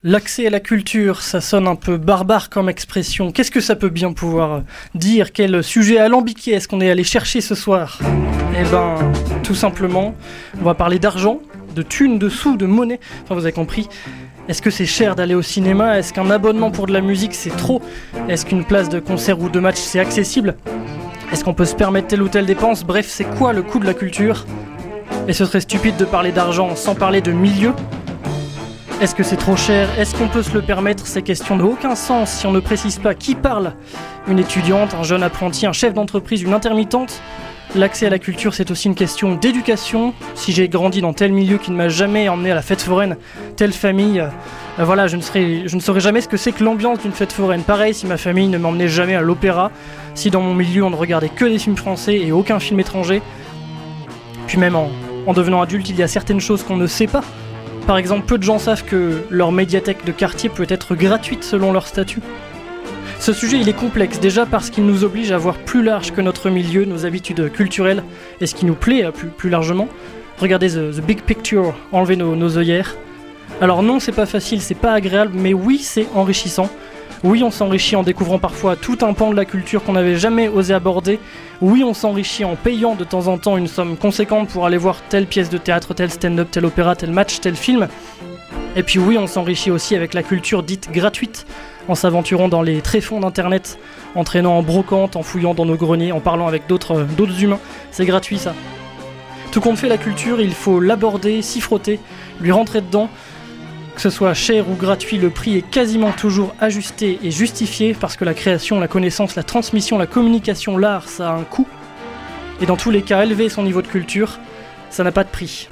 L'accès à la culture, ça sonne un peu barbare comme expression. Qu'est-ce que ça peut bien pouvoir dire? Quel sujet alambiqué est-ce qu'on est allé chercher ce soir? Eh ben, tout simplement, on va parler d'argent, de thunes, de sous, de monnaie. Enfin, vous avez compris. Est-ce que c'est cher d'aller au cinéma? Est-ce qu'un abonnement pour de la musique, c'est trop? Est-ce qu'une place de concert ou de match, c'est accessible? Est-ce qu'on peut se permettre telle ou telle dépense? Bref, c'est quoi le coût de la culture? Et ce serait stupide de parler d'argent sans parler de milieu. Est-ce que c'est trop cher? Est-ce qu'on peut se le permettre? Ces questions n'ont aucun sens si on ne précise pas qui parle. Une étudiante, un jeune apprenti, un chef d'entreprise, une intermittente? L'accès à la culture, c'est aussi une question d'éducation. Si j'ai grandi dans tel milieu qui ne m'a jamais emmené à la fête foraine, telle famille, voilà, je ne saurais jamais ce que c'est que l'ambiance d'une fête foraine. Pareil, si ma famille ne m'emmenait jamais à l'opéra, si dans mon milieu on ne regardait que des films français et aucun film étranger. Puis même en devenant adulte, il y a certaines choses qu'on ne sait pas. Par exemple, peu de gens savent que leur médiathèque de quartier peut être gratuite selon leur statut. Ce sujet, il est complexe, déjà parce qu'il nous oblige à voir plus large que notre milieu, nos habitudes culturelles, et ce qui nous plaît plus largement. Regardez the big picture, enlever nos œillères. Alors non, c'est pas facile, c'est pas agréable, mais oui, c'est enrichissant. Oui, on s'enrichit en découvrant parfois tout un pan de la culture qu'on n'avait jamais osé aborder. Oui, on s'enrichit en payant de temps en temps une somme conséquente pour aller voir telle pièce de théâtre, tel stand-up, tel opéra, tel match, tel film. Et puis oui, on s'enrichit aussi avec la culture dite gratuite, en s'aventurant dans les tréfonds d'internet, en traînant en brocante, en fouillant dans nos greniers, en parlant avec d'autres humains. C'est gratuit ça. Tout compte fait, la culture, il faut l'aborder, s'y frotter, lui rentrer dedans. Que ce soit cher ou gratuit, le prix est quasiment toujours ajusté et justifié parce que la création, la connaissance, la transmission, la communication, l'art, ça a un coût. Et dans tous les cas, élever son niveau de culture, ça n'a pas de prix.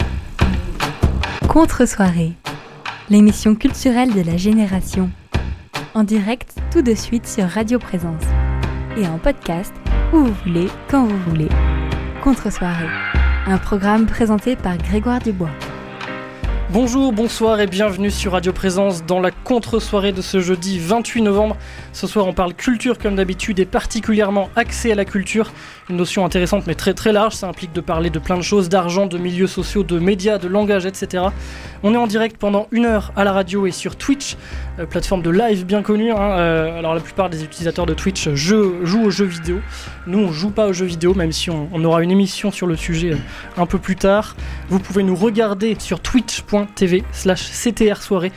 Contre-soirée, l'émission culturelle de la génération. En direct, tout de suite sur Radio Présence. Et en podcast, où vous voulez, quand vous voulez. Contre-soirée, un programme présenté par Grégoire Dubois. Bonjour, bonsoir et bienvenue sur Radio Présence dans la contre-soirée de ce jeudi 28 novembre. Ce soir on parle culture comme d'habitude et particulièrement accès à la culture. Une notion intéressante mais très très large, ça implique de parler de plein de choses, d'argent, de milieux sociaux, de médias, de langage, etc. On est en direct pendant 1 heure à la radio et sur Twitch, plateforme de live bien connue. Alors la plupart des utilisateurs de Twitch jouent aux jeux vidéo. Nous on joue pas aux jeux vidéo même si on aura une émission sur le sujet un peu plus tard. Vous pouvez nous regarder sur twitch.tv/CTR soirée,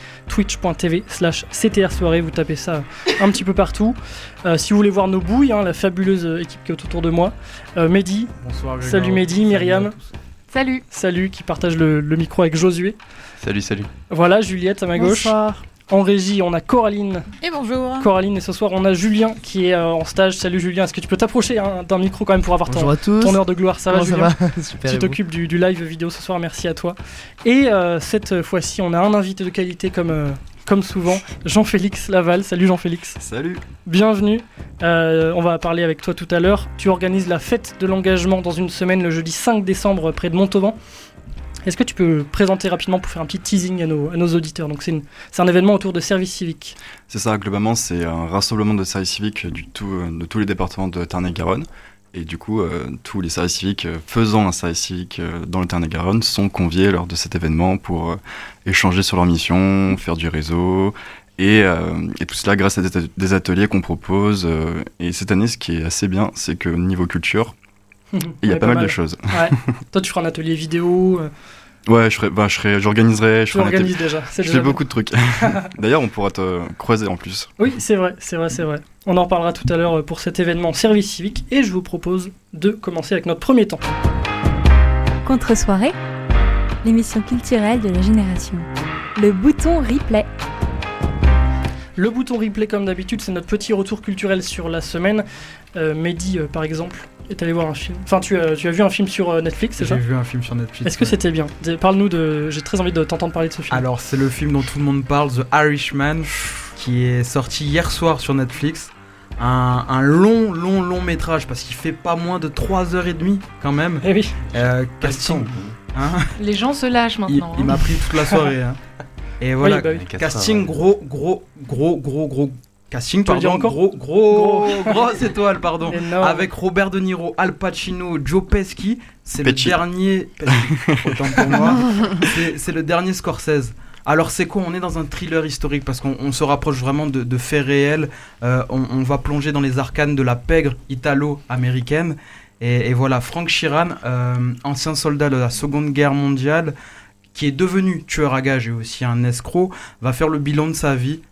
twitch.tv/CTR soirée, vous tapez ça un petit peu partout. Si vous voulez voir nos bouilles, la fabuleuse équipe qui est autour de moi, Mehdi, bonsoir, salut Mehdi, Myriam, salut, qui partage le micro avec Josué, salut, voilà, Juliette à ma gauche, bonsoir. En régie, on a Coraline. Et bonjour. Coraline, et ce soir, on a Julien qui est en stage. Salut Julien, est-ce que tu peux t'approcher d'un micro quand même pour avoir ton heure de gloire? Ça va Julien? Ça va. Super. Tu t'occupes du live vidéo ce soir, merci à toi. Et cette fois-ci, on a un invité de qualité comme souvent, Jean-Félix Laval. Salut Jean-Félix. Salut. Bienvenue. On va parler avec toi tout à l'heure. Tu organises la fête de l'engagement dans une semaine, le jeudi 5 décembre, près de Montauban. Est-ce que tu peux présenter rapidement pour faire un petit teasing à nos auditeurs? Donc c'est un événement autour de service civique. C'est ça, globalement c'est un rassemblement de services civiques de tous les départements de Tarn-et-Garonne. Et du coup, tous les services civiques faisant un service civique dans le Tarn-et-Garonne sont conviés lors de cet événement pour échanger sur leur mission, faire du réseau. Et tout cela grâce à des ateliers qu'on propose. Et cette année, ce qui est assez bien, c'est que niveau culture, il y a pas mal de choses. Ouais. Toi, tu feras un atelier vidéo. Ouais, j'organiserai. Tu organises déjà. Je fais beaucoup de trucs. D'ailleurs, on pourra te croiser en plus. Oui, c'est vrai. On en reparlera tout à l'heure pour cet événement service civique. Et je vous propose de commencer avec notre premier temps. Contre-soirée, l'émission culturelle de la génération. Le bouton replay. Le bouton replay, comme d'habitude, c'est notre petit retour culturel sur la semaine. Mehdi, par exemple, est allé voir un film. Enfin, tu as vu un film sur Netflix, c'est ça? J'ai vu un film sur Netflix. Est-ce que c'était bien? Parle-nous j'ai très envie de t'entendre parler de ce film. Alors, c'est le film dont tout le monde parle, The Irishman, qui est sorti hier soir sur Netflix. Un long métrage, parce qu'il fait pas moins de 3h30 quand même. Eh oui. Casting. Hein, les gens se lâchent maintenant. Il m'a pris toute la soirée. Hein. Et voilà, oui. casting gros casting, pardon, encore grosse étoile, pardon. Énorme. Avec Robert De Niro, Al Pacino, Joe Pesci. C'est le dernier. Autant pour moi. C'est le dernier Scorsese. Alors c'est quoi ? On est dans un thriller historique parce qu'on se rapproche vraiment de faits réels. On va plonger dans les arcanes de la pègre italo-américaine. Et voilà, Frank Sheeran, ancien soldat de la Seconde Guerre mondiale, qui est devenu tueur à gages et aussi un escroc, va faire le bilan de sa vie.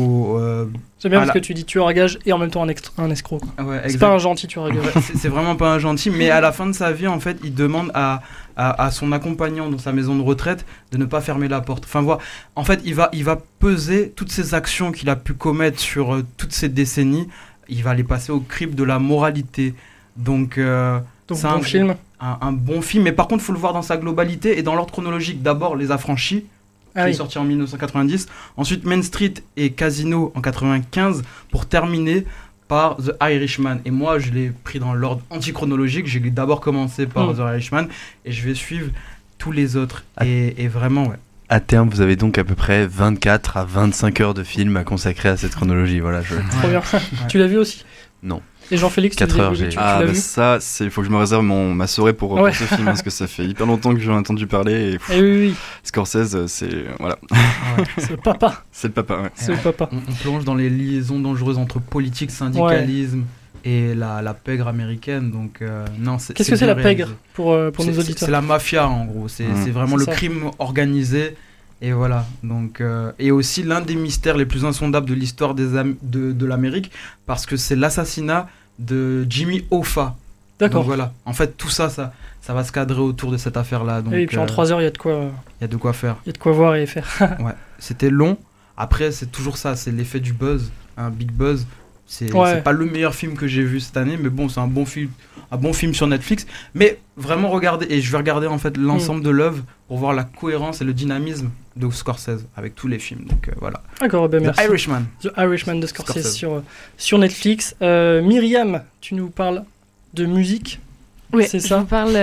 C'est bien parce que tu dis tueur à gages et en même temps un escroc. Quoi. Ouais, c'est pas un gentil tueur à gages. C'est vraiment pas un gentil, mais à la fin de sa vie, en fait, il demande à son accompagnant dans sa maison de retraite de ne pas fermer la porte. Enfin, voilà. En fait, il va peser toutes ces actions qu'il a pu commettre sur toutes ces décennies. Il va les passer au crible de la moralité. Donc c'est bon film. Un bon film, mais par contre, il faut le voir dans sa globalité et dans l'ordre chronologique. D'abord, Les Affranchis, qui est sorti en 1990. Ensuite, Main Street et Casino en 95, pour terminer par The Irishman. Et moi, je l'ai pris dans l'ordre antichronologique. J'ai d'abord commencé par The Irishman et je vais suivre tous les autres. Et vraiment, ouais. À terme, vous avez donc à peu près 24 à 25 heures de film à consacrer à cette chronologie. Voilà, Trop bien. Tu l'as vu aussi ? Non. Et Jean-Félix, 4 heures, tu l'as vu ? Ça, il faut que je me réserve ma soirée pour ce film, parce que ça fait hyper longtemps que j'en ai entendu parler. Et oui. Scorsese, c'est... Voilà. C'est le papa. C'est le papa, ouais. C'est le papa. On plonge dans les liaisons dangereuses entre politique, syndicalisme et la pègre américaine. Donc, non, Qu'est-ce que c'est la pègre pour nos auditeurs ? C'est la mafia, en gros. C'est vraiment le crime organisé. Et voilà, donc, et aussi l'un des mystères les plus insondables de l'histoire de l'Amérique, parce que c'est l'assassinat de Jimmy Hoffa. D'accord. Donc voilà, en fait tout ça va se cadrer autour de cette affaire-là. Donc, et puis en 3 heures, il y a de quoi... Il y a de quoi faire. Il y a de quoi voir et faire. Ouais, c'était long. Après, c'est toujours ça, c'est l'effet du buzz, un big buzz. C'est pas le meilleur film que j'ai vu cette année, mais bon, c'est un bon film sur Netflix. Mais vraiment regarder, et je vais regarder en fait l'ensemble de l'œuvre pour voir la cohérence et le dynamisme de Scorsese avec tous les films. Donc voilà. D'accord, merci. The Irishman. The Irishman de Scorsese. Sur Netflix. Myriam, tu nous parles de musique. Oui, c'est ça. Je vous parle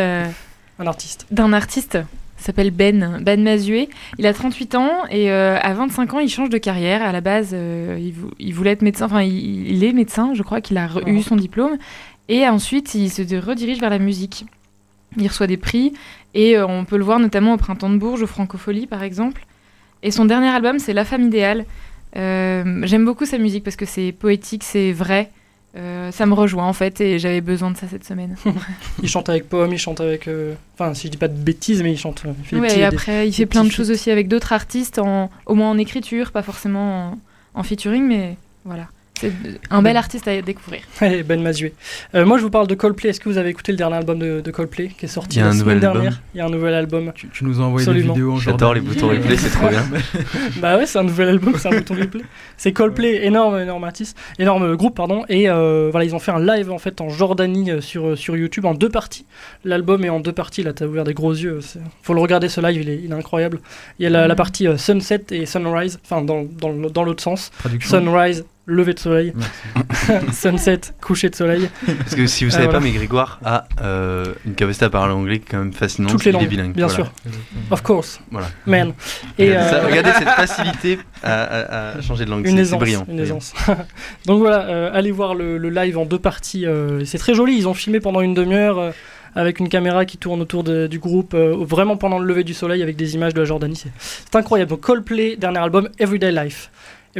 d'un artiste. Il s'appelle Ben Mazué. Il a 38 ans et à 25 ans, il change de carrière. À la base, il voulait être médecin. Enfin, il est médecin, je crois qu'il a eu son diplôme. Et ensuite, il se redirige vers la musique. Il reçoit des prix et on peut le voir notamment au Printemps de Bourges, au Francofolie par exemple. Et son dernier album, c'est La Femme Idéale. J'aime beaucoup sa musique parce que c'est poétique, c'est vrai. Ça me rejoint en fait et j'avais besoin de ça cette semaine. Il chante avec Pomme, il chante avec... Enfin, si je dis pas de bêtises, mais il chante... et après, il fait plein de choses aussi avec d'autres artistes, au moins en écriture, pas forcément en featuring, mais voilà. C'est un bel artiste à découvrir. Ben Mazué. Moi, je vous parle de Coldplay. Est-ce que vous avez écouté le dernier album de Coldplay qui est sorti la semaine dernière ? Il y a un nouvel album. Tu nous as envoyé des vidéos en journée. J'adore les boutons replay, c'est trop bien. Bah ouais, c'est un nouvel album, c'est un bouton replay. C'est Coldplay, énorme artiste, énorme groupe, pardon. Et voilà, ils ont fait un live en fait en Jordanie sur YouTube en 2 parties. L'album est en 2 parties. Là, t'as ouvert des gros yeux. Faut le regarder ce live, il est incroyable. Il y a la partie Sunset et Sunrise, enfin dans l'autre sens. Traduction. Sunrise, lever de soleil. Sunset, coucher de soleil. Parce que si vous savez pas, mais Grégoire a une capacité à parler anglais quand même fascinante. Toutes les langues, bilingue, bien sûr. Of course. Voilà. Man. Et regardez cette facilité à changer de langue. C'est brillant. Une aisance. Donc voilà, allez voir le live en 2 parties. C'est très joli. Ils ont filmé pendant une demi-heure avec une caméra qui tourne autour du groupe, vraiment pendant le lever du soleil avec des images de la Jordanie. C'est incroyable. Donc Coldplay, dernier album, Everyday Life.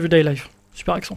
Super accent.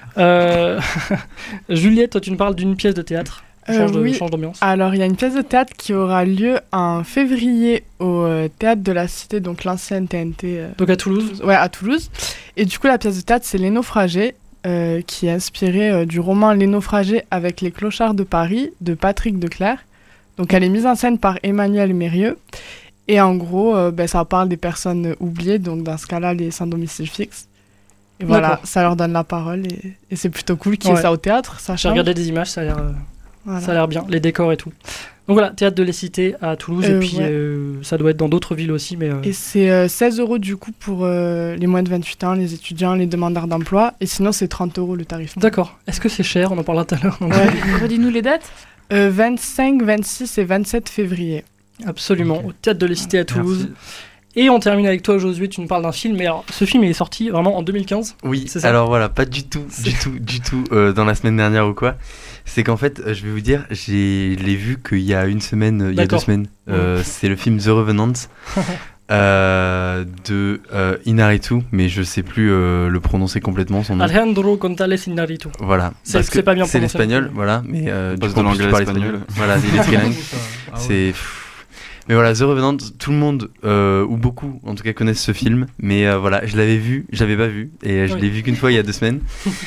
Juliette, toi, tu nous parles d'une pièce de théâtre. Oui. Change d'ambiance. Alors, il y a une pièce de théâtre qui aura lieu en février au Théâtre de la Cité, donc l'ancienne TNT. Donc à Toulouse. Ouais, à Toulouse. Et du coup, la pièce de théâtre, c'est Les Naufragés, qui est inspirée du roman Les Naufragés avec les clochards de Paris, de Patrick Declercq. Donc, elle est mise en scène par Emmanuel Mérieux. Et en gros, ça parle des personnes oubliées, donc dans ce cas-là, les sans domicile fixe. Et voilà, D'accord. Ça leur donne la parole et c'est plutôt cool qu'il y ait ça au théâtre. J'ai regardé des images, ça a l'air bien, les décors et tout. Donc voilà, Théâtre de la Cité à Toulouse et puis ça doit être dans d'autres villes aussi. Et c'est 16 € du coup pour les moins de 28 ans, les étudiants, les demandeurs d'emploi et sinon c'est 30 € le tarif. D'accord, est-ce que c'est cher ? On en parlera tout à l'heure. Redis-nous les dates. 25, 26 et 27 février. Absolument, au Théâtre de la Cité à Toulouse. Merci. Et on termine avec toi, Josué, tu nous parles d'un film, mais alors, ce film il est sorti vraiment en 2015. Oui, c'est ça ? Alors voilà, pas du tout dans la semaine dernière ou quoi. C'est qu'en fait, je vais vous dire, je l'ai vu qu'il y a une semaine, il y a 2 semaines. C'est le film The Revenant. de Inarritu, mais je sais plus le prononcer complètement son nom. Alejandro González Inarritu. Voilà, c'est pas bien prononcé. C'est l'espagnol, voilà, mais du coup, en plus, tu parles espagnol. Voilà, il est trilingue. C'est... Mais voilà, The Revenant, tout le monde, ou beaucoup en tout cas, connaissent ce film, mais voilà, je l'avais vu, j'avais pas vu, et je l'ai vu qu'une fois il y a 2 semaines.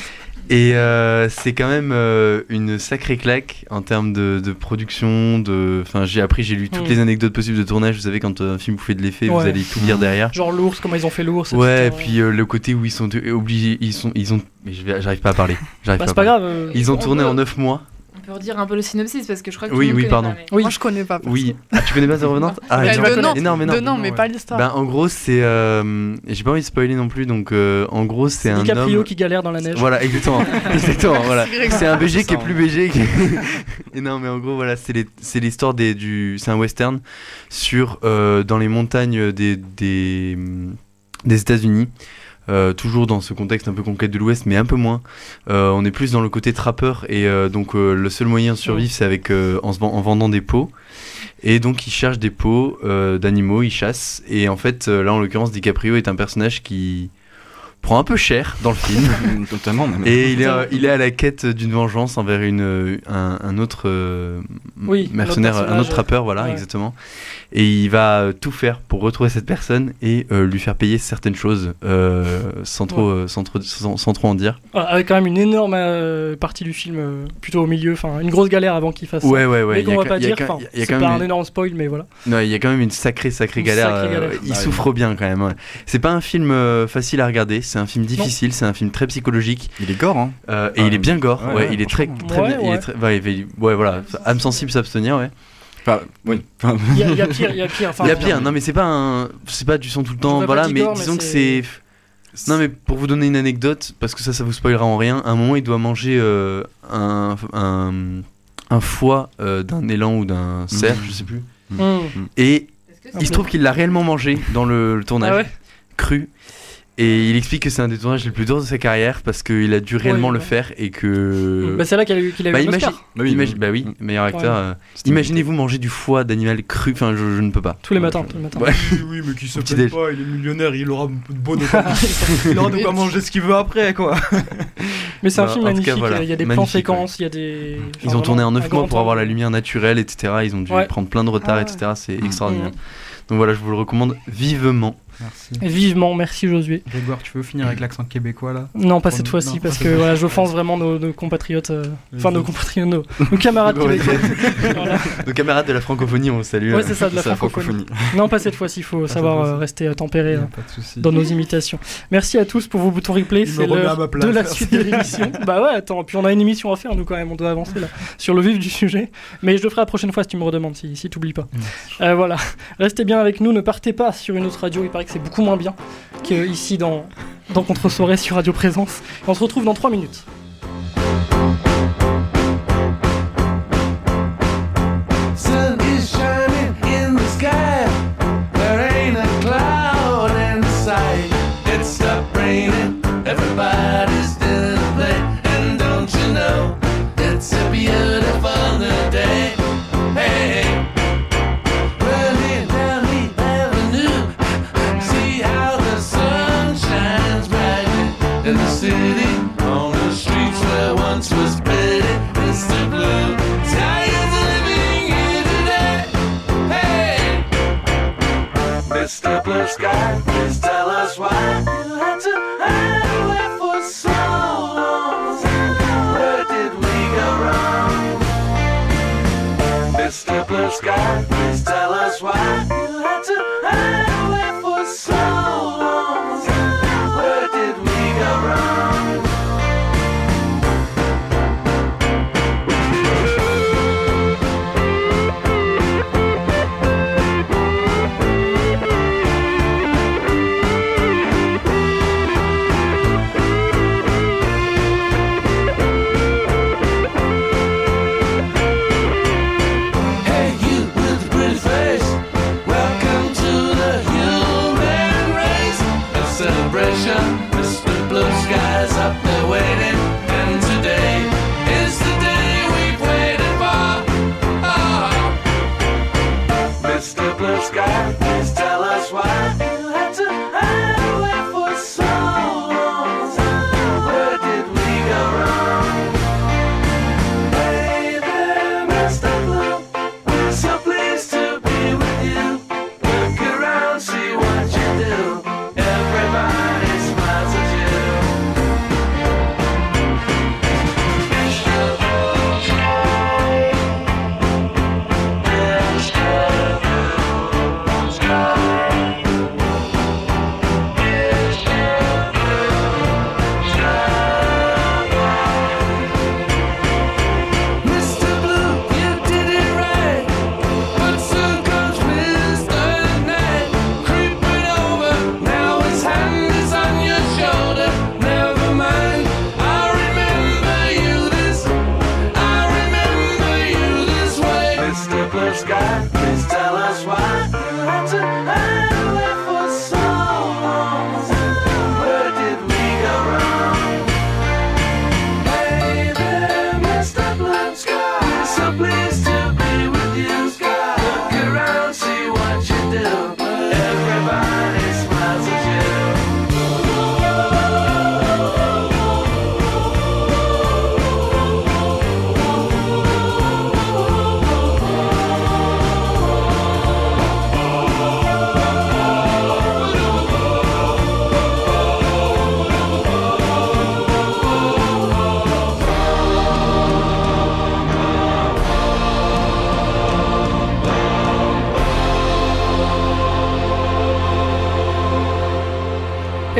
Et c'est quand même une sacrée claque en termes de production. J'ai lu toutes les anecdotes possibles de tournage. Vous savez, quand un film vous fait de l'effet, vous allez tout lire derrière. Genre l'ours, comment ils ont fait l'ours. Ouais, et puis le côté où ils sont obligés, mais j'arrive pas à parler. C'est pas grave. Ils ont tourné en 9 mois. On peut redire un peu le synopsis parce que je crois que oui, pardon. Pas, mais... Oui, moi je connais pas. Oui, tu connais pas The Revenant? Non, mais pas l'histoire. Ben en gros, c'est j'ai pas envie de spoiler non plus, donc en gros, c'est un DiCaprio homme qui galère dans la neige. Voilà, exactement. Voilà. C'est un BG qui est plus BG. Et non, mais en gros, voilà, c'est l'histoire c'est un western sur dans les montagnes des États-Unis. Toujours dans ce contexte un peu conquête de l'Ouest, mais un peu moins. On est plus dans le côté trappeur, et donc le seul moyen de survivre, c'est en vendant des peaux. Et donc ils cherchent des peaux d'animaux, ils chassent. Et en fait, là en l'occurrence, DiCaprio est un personnage qui prend un peu cher dans le film. Totalement. Même. Et il est à la quête d'une vengeance envers un autre mercenaire, un autre trappeur, voilà, exactement. Et il va tout faire pour retrouver cette personne et lui faire payer certaines choses sans trop en dire. Avec quand même une énorme partie du film plutôt au milieu, enfin une grosse galère avant qu'il fasse ça. Ouais. Mais qu'on va pas dire, c'est pas un énorme spoil, mais voilà. Non, il y a quand même une sacrée galère. Il souffre bien quand même. Ouais. C'est pas un film facile à regarder, c'est un film difficile, c'est un film très psychologique. Il est gore, hein. Et il est bien gore. Il est très bien. Il est très, voilà, âme sensible, s'abstenir, ouais. Enfin, oui. Il y a pire. Il y a pire. Non, mais c'est pas du son tout le temps. Voilà, mais disons que c'est. Non, mais pour vous donner une anecdote, parce que ça vous spoilera en rien. À un moment, il doit manger un foie d'un élan ou d'un cerf, je sais plus. Et il se trouve qu'il l'a réellement mangé dans le tournage, cru. Et il explique que c'est un des tournages les plus durs de sa carrière parce qu'il a dû réellement le faire et que. C'est là qu'il a eu l'Oscar. Meilleur acteur. Imaginez-vous manger du foie d'animal cru. Enfin, je ne peux pas. Tous les matins. Oui, mais qui se plaît pas, il est millionnaire, il aura de quoi manger ce qu'il veut après, quoi. Mais c'est un film magnifique. Il y a des plans séquences, il y a des. Ils ont tourné en 9 mois pour avoir la lumière naturelle, etc. Ils ont dû prendre plein de retard, etc. C'est extraordinaire. Donc voilà, je vous le recommande vivement. Merci. Vivement, merci Josué. Grégoire, tu veux finir avec l'accent québécois là? Non, pas cette fois-ci, parce que voilà, j'offense vraiment nos compatriotes, nos camarades québécois. Nos camarades de la francophonie, on vous salue. Ouais, c'est ça, de la francophonie. Non, pas cette fois-ci, il faut savoir rester tempéré dans nos imitations. Merci à tous pour vos boutons replay, c'est l'heure de la suite de l'émission. Bah ouais, attends, puis on a une émission à faire, nous quand même, on doit avancer là, sur le vif du sujet. Mais je le ferai la prochaine fois si tu me redemandes, si t'oublies pas. Voilà, restez bien avec nous, ne partez pas sur une autre radio, il paraît que c'est beaucoup moins bien qu'ici dans Contre-Soirée sur Radio Présence. Et on se retrouve dans 3 minutes. Sun is shining in the sky. There ain't a cloud in sight. It stopped raining. Everybody's still in play. And don't you know, it's a beautiful new day. Hey. City, on the streets where once was pretty Mr. Blue. Tired of living here today. Hey, Mr. Blue Sky, please tell us why you had to hide away for so long. Where did we go wrong? Mr. Blue Sky, please tell us why you had to hide away for so long. Where did we go wrong? Hey, you with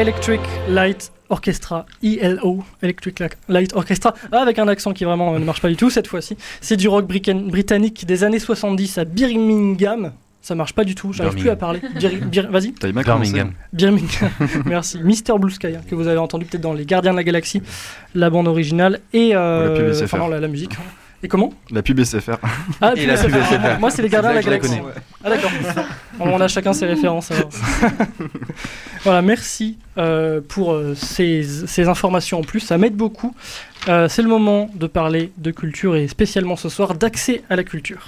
Electric Light Orchestra, ELO, Electric Light Orchestra, avec un accent qui vraiment ne marche pas du tout cette fois-ci. C'est du rock britannique des années 70 à Birmingham. Ça marche pas du tout, j'arrive plus à parler. Vas-y. Birmingham. Merci. Mr. Blue Sky, que vous avez entendu peut-être dans Les Gardiens de la Galaxie, la bande originale et la musique. Et comment ? La pub SFR. Ah, et la pub SFR. Moi, c'est Les Gardiens de la Galaxie. Ah, d'accord. On a chacun ses références. Alors. Voilà, merci pour ces informations en plus. Ça m'aide beaucoup. C'est le moment de parler de culture et spécialement ce soir d'accès à la culture.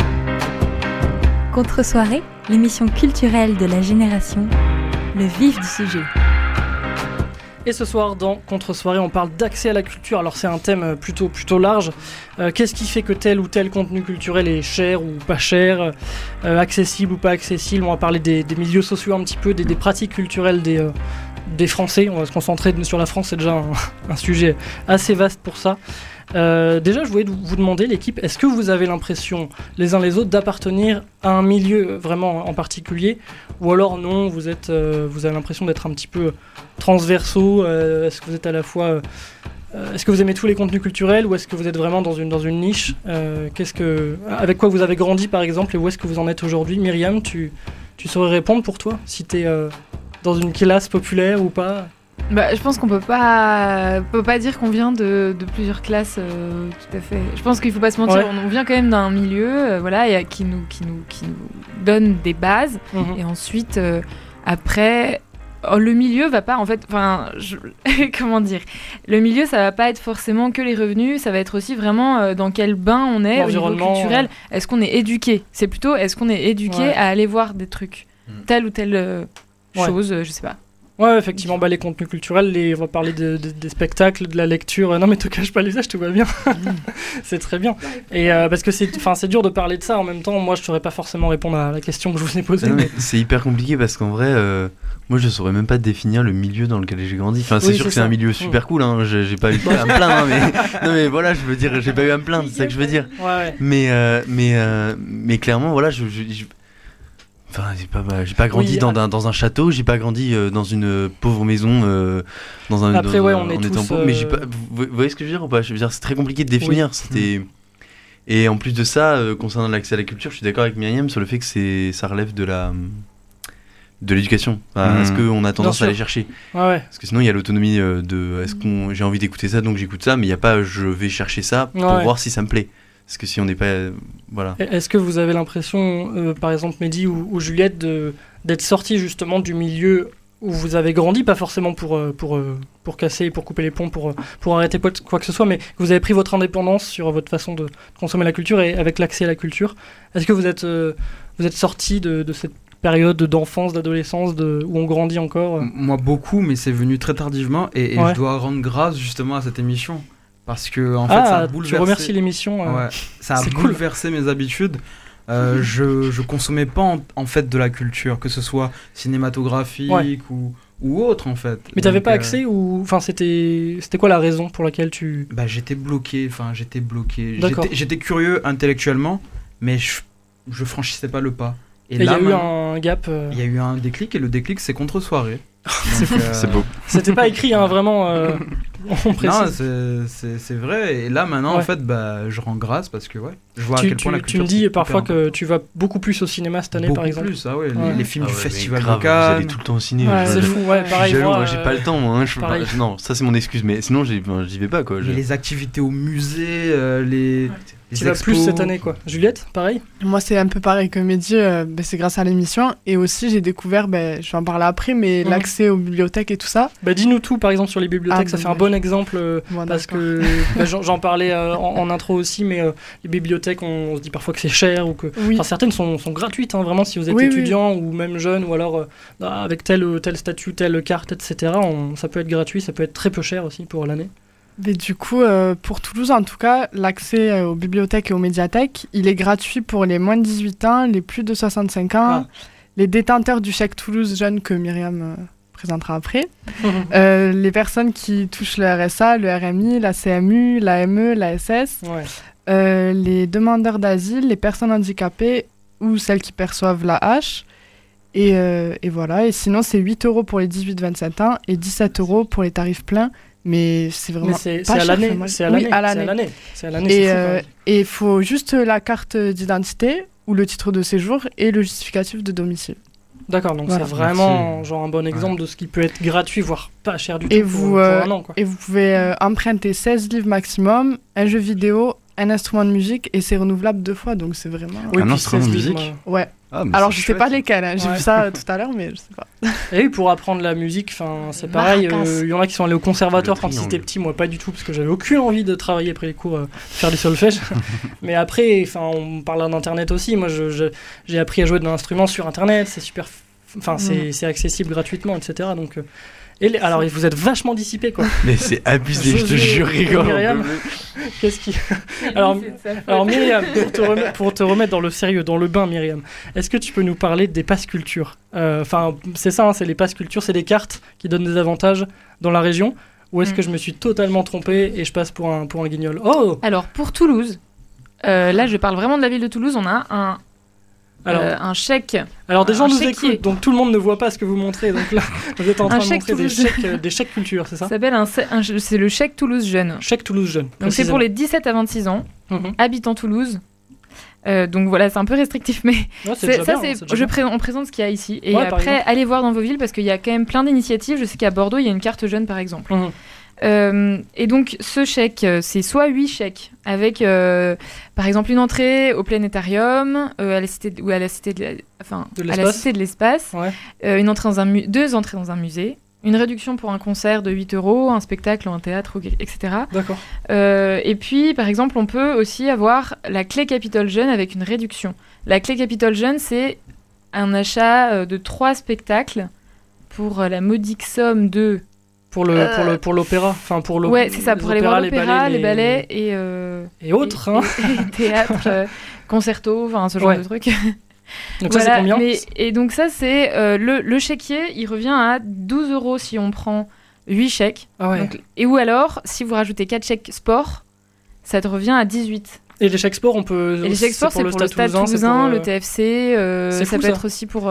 Contre-soirée, l'émission culturelle de la génération, le vif du sujet. Et ce soir, dans Contre-soirée, on parle d'accès à la culture. Alors c'est un thème plutôt large. Qu'est-ce qui fait que tel ou tel contenu culturel est cher ou pas cher, accessible ou pas accessible ? On va parler des milieux sociaux un petit peu, des pratiques culturelles des Français. On va se concentrer sur la France, c'est déjà un sujet assez vaste pour ça. Déjà, je voulais vous demander, l'équipe, est-ce que vous avez l'impression, les uns les autres, d'appartenir à un milieu vraiment en particulier ? Ou alors non, vous avez l'impression d'être un petit peu transversaux ? Est-ce que vous êtes à la fois... est-ce que vous aimez tous les contenus culturels ou est-ce que vous êtes vraiment dans une niche ? Avec quoi vous avez grandi, par exemple, et où est-ce que vous en êtes aujourd'hui ? Myriam, tu saurais répondre pour toi, si t'es dans une classe populaire ou pas ? Je pense qu'on peut pas dire qu'on vient de plusieurs classes, tout à fait. Je pense qu'il faut pas se mentir, ouais. On vient quand même d'un milieu, qui nous donne des bases, et ensuite, après, le milieu va pas, en fait, comment dire, le milieu, ça va pas être forcément que les revenus, ça va être aussi vraiment dans quel bain on est au niveau culturel. Est-ce qu'on est éduqué ? C'est plutôt, est-ce qu'on est éduqué à aller voir des trucs, telle ou telle chose, je sais pas. Ouais, effectivement, les contenus culturels, on va parler des spectacles, de la lecture. Non, mais te cache pas les yeux, je te vois bien. C'est très bien. Et parce que c'est dur de parler de ça. En même temps, moi, je saurais pas forcément répondre à la question que je vous ai posée. Non, mais c'est hyper compliqué parce qu'en vrai, moi, je saurais même pas définir le milieu dans lequel j'ai grandi. Enfin, c'est sûr que c'est un milieu super cool. Hein. J'ai pas eu à me plaindre, non, mais voilà, je veux dire, j'ai pas eu à me plaindre. C'est ça que je veux dire. Ouais. Mais clairement, voilà, Enfin, j'ai pas grandi dans un château, j'ai pas grandi dans une pauvre maison, Après, on est tous... Mais vous voyez ce que je veux dire ou pas ? Je veux dire, c'est très compliqué de définir. Et en plus de ça, concernant l'accès à la culture, je suis d'accord avec Myriam sur le fait que ça relève de l'éducation. Est-ce qu'on a tendance à aller chercher ? Parce que sinon, il y a l'autonomie est-ce que j'ai envie d'écouter ça, donc j'écoute ça, mais il n'y a pas je vais chercher ça pour voir si ça me plaît. Parce que si on n'est pas... voilà. Est-ce que vous avez l'impression, par exemple Mehdi ou Juliette, d'être sortis justement du milieu où vous avez grandi, pas forcément pour casser, pour couper les ponts, pour arrêter quoi que ce soit, mais que vous avez pris votre indépendance sur votre façon de consommer la culture et avec l'accès à la culture. Est-ce que vous êtes sortis de cette période d'enfance, d'adolescence, où on grandit encore Moi beaucoup, mais c'est venu très tardivement et je dois rendre grâce justement à cette émission. Parce que en fait, ça a bouleversé... tu remercies l'émission. Ça a bouleversé mes habitudes. Je consommais pas en fait de la culture, que ce soit cinématographique ou autre en fait. Mais t'avais pas accès ou enfin c'était quoi la raison pour laquelle tu... J'étais bloqué. J'étais curieux intellectuellement, mais je franchissais pas le pas. Et là, il y a eu un gap. Il y a eu un déclic et le déclic c'est Contre-soirée. C'est beau. C'était pas écrit, vraiment. On précise. Non, c'est vrai. Et là, maintenant, en fait, je rends grâce parce que je vois à quel point la culture. Tu me dis parfois que tu vas beaucoup plus au cinéma cette année, par exemple. Beaucoup plus, les films du Festival de Cannes. Vous allez tout le temps au ciné. C'est fou, pareil. Moi, j'ai pas le temps, moi. Non, ça c'est mon excuse, mais sinon, j'y vais pas, quoi. Les activités au musée, les tu vas plus cette année, quoi. Juliette, pareil ? Moi, c'est un peu pareil que Mehdi. C'est grâce à l'émission. Et aussi, j'ai découvert, je vais en parler après, mais l'accès aux bibliothèques et tout ça. Dis-nous tout, par exemple, sur les bibliothèques. Ça fait un bon exemple parce que j'en parlais en intro aussi, mais les bibliothèques, on se dit parfois que c'est cher ou que certaines sont gratuites, vraiment, si vous êtes étudiant ou même jeune ou alors avec tel ou tel statut, telle carte, etc. Ça peut être gratuit, ça peut être très peu cher aussi pour l'année. Mais du coup, pour Toulouse, en tout cas, l'accès aux bibliothèques et aux médiathèques, il est gratuit pour les moins de 18 ans, les plus de 65 ans, les détenteurs du chèque Toulouse Jeune que Myriam présentera après, les personnes qui touchent le RSA, le RMI, la CMU, l'AME, l'ASS, les demandeurs d'asile, les personnes handicapées ou celles qui perçoivent la hache. Et voilà, et sinon c'est 8 € pour les 18-27 ans et 17 € pour les tarifs pleins. Mais c'est vraiment c'est pas à cher. l'année. Oui, C'est à l'année. à l'année. C'est à l'année. Et il faut juste la carte d'identité ou le titre de séjour et le justificatif de domicile. D'accord, donc Voilà. c'est vraiment genre un bon exemple de ce qui peut être gratuit, voire pas cher du tout Et pour un an, quoi. Et vous pouvez emprunter 16 livres maximum, un jeu vidéo, un instrument de musique et c'est renouvelable 2 fois, donc c'est vraiment... Oui, Un puis instrument de 16 livres, musique Ouais. Ah, mais Alors c'est je sais chouette. pas lesquels, hein. J'ai Ouais. vu ça tout à l'heure, mais je sais pas. Et oui, pour apprendre la musique, c'est pareil. Il y en a qui sont allés au conservatoire Le quand ils triangle. étaient petits, moi pas du tout, parce que j'avais aucune envie de travailler après les cours, faire du solfège. Mais après, on parle d'internet aussi. Moi, j'ai appris à jouer de l'instrument sur internet. C'est super. C'est accessible gratuitement, etc. Donc, alors, vous êtes vachement dissipés, quoi. Mais c'est abusé, je te José jure, et Rigor. Myriam, qu'est-ce qui. Alors Myriam, pour te remettre dans le sérieux, dans le bain, Myriam, est-ce que tu peux nous parler des passes culture ? C'est ça, c'est les passes culture, c'est des cartes qui donnent des avantages dans la région. Ou est-ce que je me suis totalement trompé et je passe pour un guignol ? Oh ! Alors, pour Toulouse, là, je parle vraiment de la ville de Toulouse, on a un chèque. Alors des gens un nous chéquier. écoutent, donc tout le monde ne voit pas ce que vous montrez. Donc là, vous êtes en train de chèque montrer des chèques culture, c'est ça ? Ça s'appelle c'est le chèque Toulouse Jeune. Chèque Toulouse Jeune. Donc c'est pour les 17 à 26 ans, Mhm. habitants Toulouse. Donc voilà, c'est un peu restrictif, mais Ouais, c'est déjà bien, c'est déjà bien. on présente ce qu'il y a ici. Et Ouais, par après, exemple. allez voir dans vos villes parce qu'il y a quand même plein d'initiatives. Je sais qu'à Bordeaux, il y a une carte jeune par exemple. Mhm. Et donc ce chèque, c'est soit 8 chèques avec par exemple une entrée au planétarium, à la cité de l'espace, Ouais. une entrée dans 2 entrées dans un musée, une réduction pour un concert de 8 €, un spectacle ou un théâtre, etc. D'accord. Et puis, par exemple, on peut aussi avoir la clé Capitole Jeune avec une réduction. La clé Capitole Jeune, c'est un achat de 3 spectacles pour la modique somme de... Pour l'opéra, enfin pour le. Ouais, c'est ça, pour aller voir l'opéra, les ballets et autres, hein. et théâtre, concerto, enfin ce genre Ouais. de trucs. Donc ça, c'est combien ? Et donc ça, c'est le chéquier, il revient à 12 € si on prend 8 chèques. Ah ouais. Donc, ou alors, si vous rajoutez 4 chèques sport, ça te revient à 18. Et les chèques sport, on peut. Et les chèques sport, c'est pour le Stade Toulousain, le TFC, c'est ça fou, peut ça. être aussi pour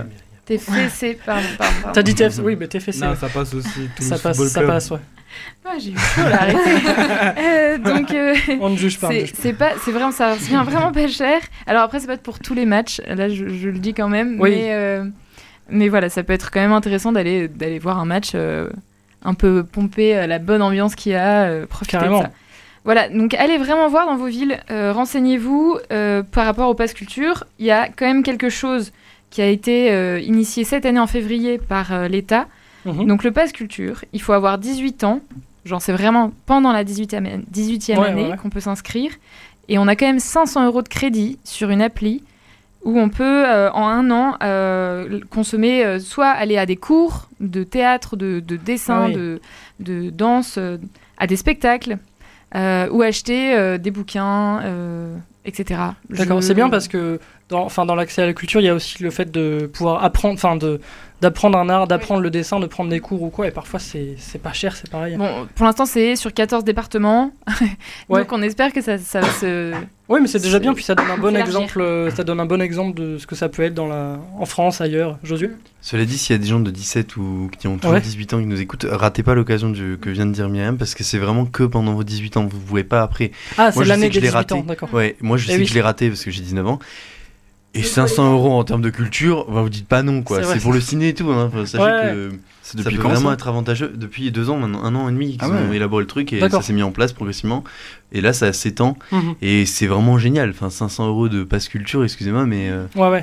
TFC, pardon. T'as dit TFC, oui, mais TFC. Non, ça passe aussi. Toulouse Ça passe, Football ça Club. passe, ouais. Ah, j'ai eu chaud là, arrêtez. Donc, On ne juge pas. on ne juge pas. c'est vraiment ça vient vraiment pas cher. Alors après, c'est pas pour tous les matchs. Là, je le dis quand même. Oui. Mais voilà, ça peut être quand même intéressant d'aller voir un match un peu pomper la bonne ambiance qu'il y a, profiter Carrément. de ça. Voilà, donc allez vraiment voir dans vos villes, renseignez-vous par rapport au Pass Culture. Il y a quand même quelque chose qui a été initié cette année en février par l'État. Mhm. Donc le Pass Culture, il faut avoir 18 ans, genre c'est vraiment pendant la 18e année ouais. qu'on peut s'inscrire. Et on a quand même 500 € de crédit sur une appli où on peut en un an consommer, soit aller à des cours de théâtre, de dessin, Ah oui. de danse, à des spectacles. Ou acheter des bouquins, etc. D'accord, c'est bien parce que dans l'accès à la culture, il y a aussi le fait de pouvoir apprendre, d'apprendre un art, d'apprendre le dessin, de prendre des cours ou quoi, et parfois c'est pas cher, c'est pareil. Bon, pour l'instant, c'est sur 14 départements, Ouais. donc on espère que ça va se... Oui, mais c'est déjà bien, puis ça donne un bon élargir. exemple, ça donne un bon exemple de ce que ça peut être en France, ailleurs. Josué ? Cela dit, s'il y a des gens de 17 ou qui ont toujours Ouais. 18 ans qui nous écoutent, ratez pas l'occasion que vient de dire Myriam, parce que c'est vraiment que pendant vos 18 ans. Vous pouvez pas après. Ah, Moi, c'est je l'année sais que je des l'ai 18 raté. ans, d'accord. Ouais, moi je Eh sais oui. que je l'ai raté parce que j'ai 19 ans. Et 500 € en termes de culture, bah, vous dites pas non, quoi. C'est vrai. C'est pour le ciné et tout. Hein. Enfin, sachez Ouais. que C'est ça depuis peut quand vraiment ça être avantageux. Depuis 2 ans maintenant, 1 an et demi qu'ils Ah ouais. ont élaboré le truc et D'accord. ça s'est mis en place progressivement. Et là, ça s'étend Mhm. et c'est vraiment génial. Enfin, 500 € de passe culture, excusez-moi, mais Ouais.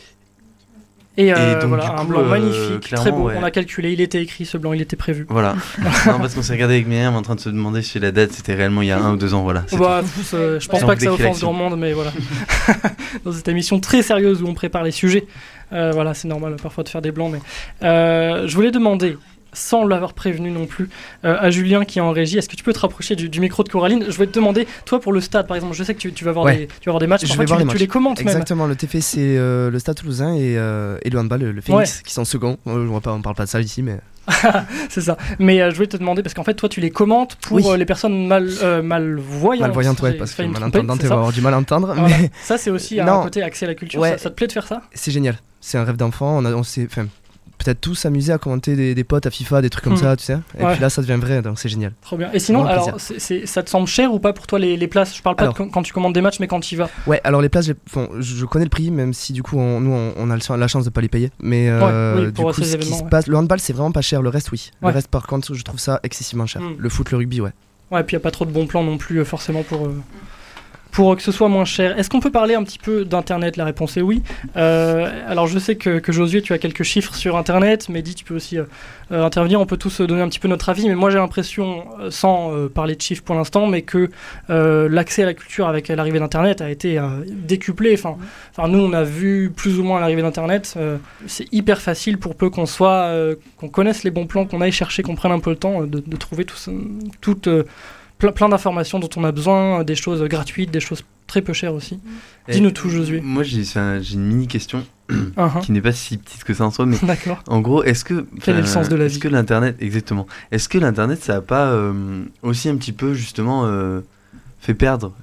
Et, donc, voilà, du un coup, blanc magnifique, très clairement, beau. ouais. On a calculé, il était écrit, ce blanc, il était prévu. voilà. Non, parce qu'on s'est regardé avec Myriam en train de se demander si la date c'était réellement il y a 1 ou 2 ans. Voilà. c'est Bah, je pense Sans pas que ça décréation. offense grand monde, mais voilà. Dans cette émission très sérieuse où on prépare les sujets, voilà, c'est normal parfois de faire des blancs, mais je voulais demander, sans l'avoir prévenu non plus, à Julien qui est en régie, est-ce que tu peux te rapprocher du micro de Coraline ? Je voulais te demander, toi pour le stade par exemple, je sais que tu vas voir, Ouais. tu vas voir des matchs, Je parfois vais voir les tu matchs. les commentes même. Exactement, le TF c'est le Stade Toulousain et le handball, le Phoenix, qui sont second. On parle pas de ça ici, mais C'est ça. Mais je voulais te demander, parce qu'en fait toi tu les commentes pour Oui. les personnes malvoyantes. malvoyante, ouais, J'ai parce que failli me malentendante, tromper, elle c'est va avoir du mal à entendre. Voilà. Mais Ça c'est aussi un Non. côté accès à la culture, Ouais. ça te plaît de faire ça ? c'est génial. c'est un rêve d'enfant. On s'est peut-être tous amusés à commenter des potes à FIFA, des trucs comme ça, tu sais. Et puis là, ça devient vrai, donc c'est génial. Trop bien. Et sinon, alors, ça te semble cher ou pas pour toi les places? Je parle pas quand tu commandes des matchs, mais quand tu y vas. Ouais, alors les places, je connais le prix, même si du coup, on a la chance de pas les payer. Mais du coup, ce qui se passe, le handball, c'est vraiment pas cher. Le reste, oui. Le reste, par contre, je trouve ça excessivement cher. Le foot, le rugby, ouais. Ouais, et puis il n'y a pas trop de bons plans non plus, forcément, pour que ce soit moins cher. Est-ce qu'on peut parler un petit peu d'Internet? La réponse est oui. Alors je sais que Josué, tu as quelques chiffres sur Internet. Mehdi, tu peux aussi intervenir. On peut tous donner un petit peu notre avis. Mais moi j'ai l'impression, sans parler de chiffres pour l'instant, mais que l'accès à la culture avec l'arrivée d'Internet a été décuplé. Enfin, nous on a vu plus ou moins l'arrivée d'Internet. C'est hyper facile pour peu qu'on connaisse les bons plans, qu'on aille chercher, qu'on prenne un peu le temps de trouver toutes plein d'informations dont on a besoin, des choses gratuites, des choses très peu chères aussi. Dis-nous tout, Josué. Moi, j'ai une mini-question qui n'est pas si petite que ça en soi, mais d'accord. En gros, est-ce que... Quel est le sens de la vie? Est-ce que l'Internet, exactement, est-ce que l'Internet, ça n'a pas aussi un petit peu, justement, fait perdre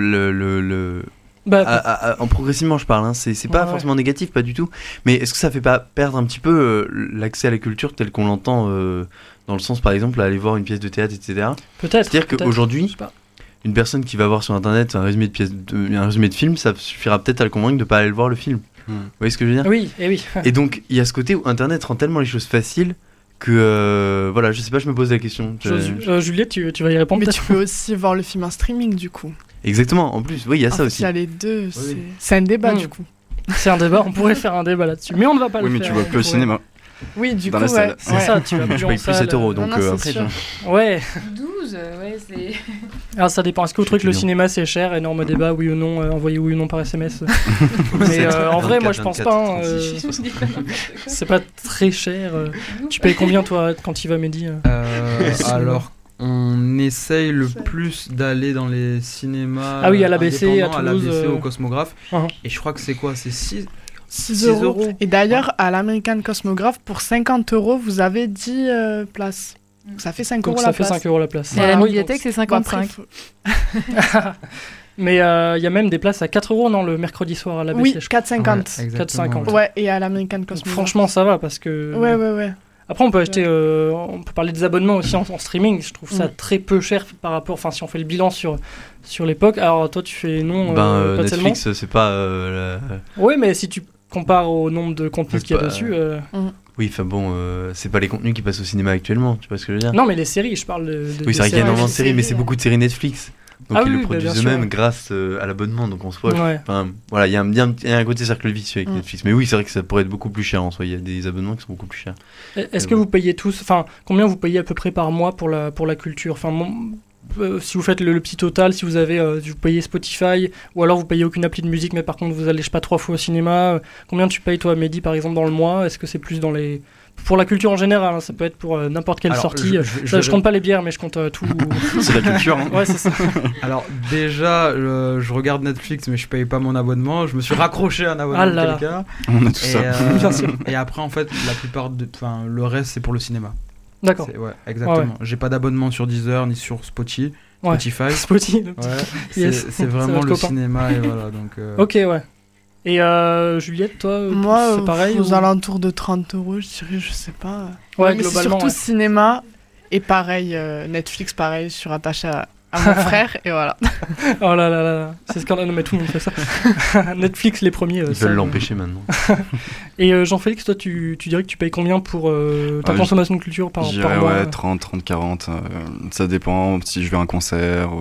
en progressivement, je parle, hein. C'est pas forcément négatif, pas du tout, mais est-ce que ça fait pas perdre un petit peu l'accès à la culture tel qu'on l'entend dans le sens, par exemple, à aller voir une pièce de théâtre, etc. Peut-être. C'est-à-dire qu'aujourd'hui, une personne qui va voir sur Internet un résumé de film, ça suffira peut-être à le convaincre de pas aller le voir le film. Vous voyez ce que je veux dire? Oui, et oui. Et donc, il y a ce côté où Internet rend tellement les choses faciles que, voilà, je sais pas, je me pose la question. Juliette, tu vas y répondre? Mais tu peux aussi voir le film en streaming, du coup. Exactement, en plus, oui, il y a ça aussi. Il y a les deux, c'est un débat, du coup. C'est un débat, on pourrait faire un débat là-dessus, mais on ne va pas le faire. Oui, mais tu vas plus au cinéma. Oui, du dans coup, ouais. C'est ça, tu vas plus je paye plus 7 €, donc après... Ouais. 12, ouais, c'est... Alors ça dépend, est-ce que vous trouvez que le cinéma c'est cher? Énorme débat, oui ou non, envoyé oui ou non par SMS. Mais en vrai, moi je pense pas. C'est pas très cher. Tu payes combien toi quand tu y vas, Mehdi? Alors, on essaye le plus d'aller dans les cinémas. Ah oui, à l'ABC, à Toulouse. À l'ABC, au Cosmographe. Et je crois que c'est quoi? C'est 6 €. Et d'ailleurs, à l'American Cosmographe, pour 50 €, vous avez 10 places. Donc ça fait 5 € la place. Ça fait 5 € la place. Et à la médiathèque, c'est 55. Mais il y a même des places à 4 € non, le mercredi soir à l'ABC. Oui, 4,50. Ouais, 4,50. Ouais, et à l'American Cosmographe. Franchement, ça va parce que... Ouais. Après, on peut acheter, on peut parler des abonnements aussi en streaming. Je trouve ça très peu cher par rapport, enfin, si on fait le bilan sur l'époque. Alors, toi, tu fais non, pas Netflix, tellement. c'est pas. Oui, mais si tu compares au nombre de contenus qu'il y a dessus. Oui, enfin bon, c'est pas les contenus qui passent au cinéma actuellement. Tu vois ce que je veux dire? Non, mais les séries, je parle de. Oui, c'est vrai qu'il y a énormément de séries, mais c'est beaucoup de séries Netflix. Donc ils le produisent eux-mêmes grâce à l'abonnement, donc on se voit. Enfin, voilà, il y a un côté cercle vicieux avec Netflix. Mais oui, c'est vrai que ça pourrait être beaucoup plus cher en soi. Il y a des abonnements qui sont beaucoup plus chers. Est-ce que vous payez tous, enfin, combien vous payez à peu près par mois pour la culture? Enfin, si vous faites le petit total, si vous avez, vous payez Spotify, ou alors vous payez aucune appli de musique, mais par contre vous allez, je sais pas, 3 fois au cinéma. Combien tu payes toi, Mehdi, par exemple, dans le mois? Est-ce que c'est plus dans les... Pour la culture en général, hein, ça peut être pour n'importe quelle sortie. Je compte pas les bières, mais je compte tout. C'est la culture. Hein. Ouais, c'est ça. Alors déjà, je regarde Netflix, mais je paye pas mon abonnement. Je me suis raccroché à un abonnement de quelqu'un. On a tout ça. Bien sûr. Et après, en fait, la plupart le reste, c'est pour le cinéma. D'accord. Ouais, exactement. Ouais. J'ai pas d'abonnement sur Deezer ni sur Spotify. Spotify. Ouais. C'est vraiment le cinéma et voilà. Donc. Ok, ouais. Et Juliette, toi, moi, c'est pareil aux alentours de 30 €, je dirais, je sais pas. Ouais, mais globalement. C'est surtout cinéma et pareil, Netflix, pareil, je suis rattaché à mon frère et voilà. Oh là là là, c'est scandaleux, non mais tout le monde fait ça. Netflix, les premiers. Ils veulent l'empêcher maintenant. Et Jean-Félix, toi, tu dirais que tu payes combien pour ta consommation de culture par mois? Ouais, 30, 40. Ça dépend si je vais à un concert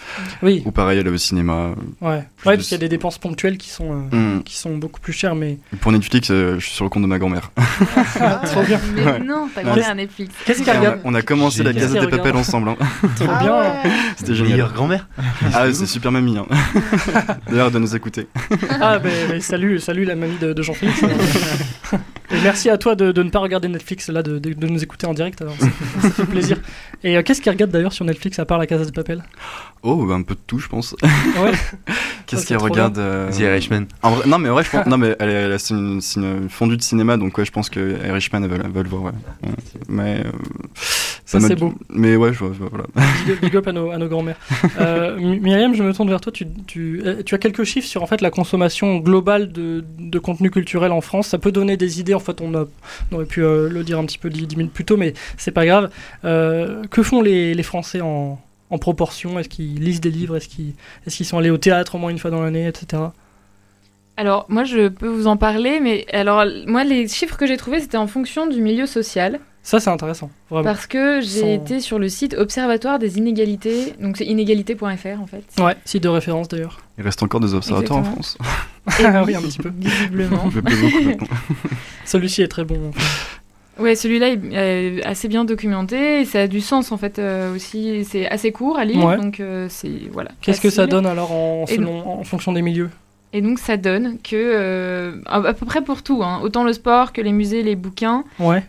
ou pareil, aller au cinéma. Ouais, parce qu'il y a des dépenses ponctuelles qui sont beaucoup plus chères. Mais... Pour Netflix, je suis sur le compte de ma grand-mère. Trop bien. Mais non, ta grand-mère à Netflix. Qu'est-ce qu'elle regarde? On a commencé la Gazette des Papels ensemble. Hein. Trop bien. C'était génial. Meilleure grand-mère. Ah, c'est super mamie. Hein. D'ailleurs, elle doit nous écouter. Ah, ben salut la mamie de Jean-Philippe. Et merci à toi de ne pas regarder Netflix, là, de nous écouter en direct. Alors, ça fait plaisir. Et qu'est-ce qu'ils regardent d'ailleurs sur Netflix à part La Casa de Papel? Oh, un peu de tout, je pense. Ouais. Qu'est-ce qu'ils regardent The Irishman. Non, mais en vrai, je pense. Non, mais c'est une fondue de cinéma, donc ouais, je pense que Irishman, elle va le voir. Ouais. Mais. Ça, c'est beau. Mais ouais, voilà. Big up à nos grands-mères. Myriam, je me tourne vers toi. Tu as quelques chiffres sur en fait la consommation globale de contenu culturel en France. Ça peut donner des idées. En fait, on aurait pu le dire un petit peu 10 minutes plus tôt, mais c'est pas grave. Que font les Français en proportion? Est-ce qu'ils lisent des livres? Est-ce qu'ils sont allés au théâtre au moins une fois dans l'année, etc. Alors, moi, je peux vous en parler, mais alors, moi, les chiffres que j'ai trouvés, c'était en fonction du milieu social. Ça, c'est intéressant, vraiment. Parce que j'ai été sur le site Observatoire des inégalités, donc c'est inégalité.fr en fait. Ouais, site de référence d'ailleurs. Il reste encore des observatoires en France. Oui, un petit peu. Visiblement. Celui-ci est très bon. En fait. Ouais, celui-là est assez bien documenté et ça a du sens en fait aussi. C'est assez court à lire, donc c'est voilà. Qu'est-ce que ça donne alors en fonction des milieux? Et donc ça donne que, à peu près pour tout, hein, autant le sport que les musées, les bouquins,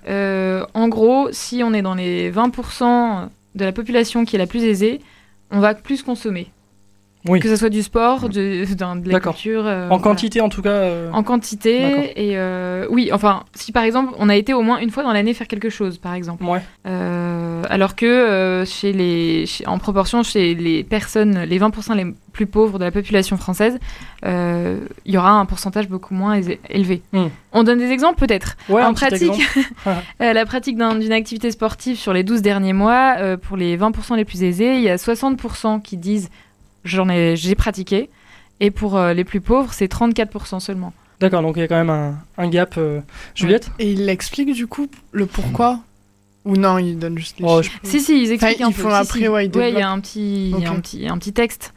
en gros, si on est dans les 20% de la population qui est la plus aisée, on va plus consommer. Oui. Que ce soit du sport, de la culture. En quantité en tout cas. En quantité, et oui, enfin, si par exemple on a été au moins une fois dans l'année faire quelque chose, par exemple. Ouais. Alors que en proportion, chez les personnes, les 20% les plus pauvres de la population française, il y aura un pourcentage beaucoup moins élevé. On donne des exemples peut-être. Ouais, en pratique, la pratique d'une activité sportive sur les 12 derniers mois, pour les 20% les plus aisés, il y a 60% qui disent j'ai pratiqué, et pour les plus pauvres, c'est 34% seulement. D'accord, donc il y a quand même un gap. Juliette? Et il explique du coup le pourquoi? Ou non, il donne juste les chiffres. Si, ils expliquent un peu. Après, il y a un petit texte.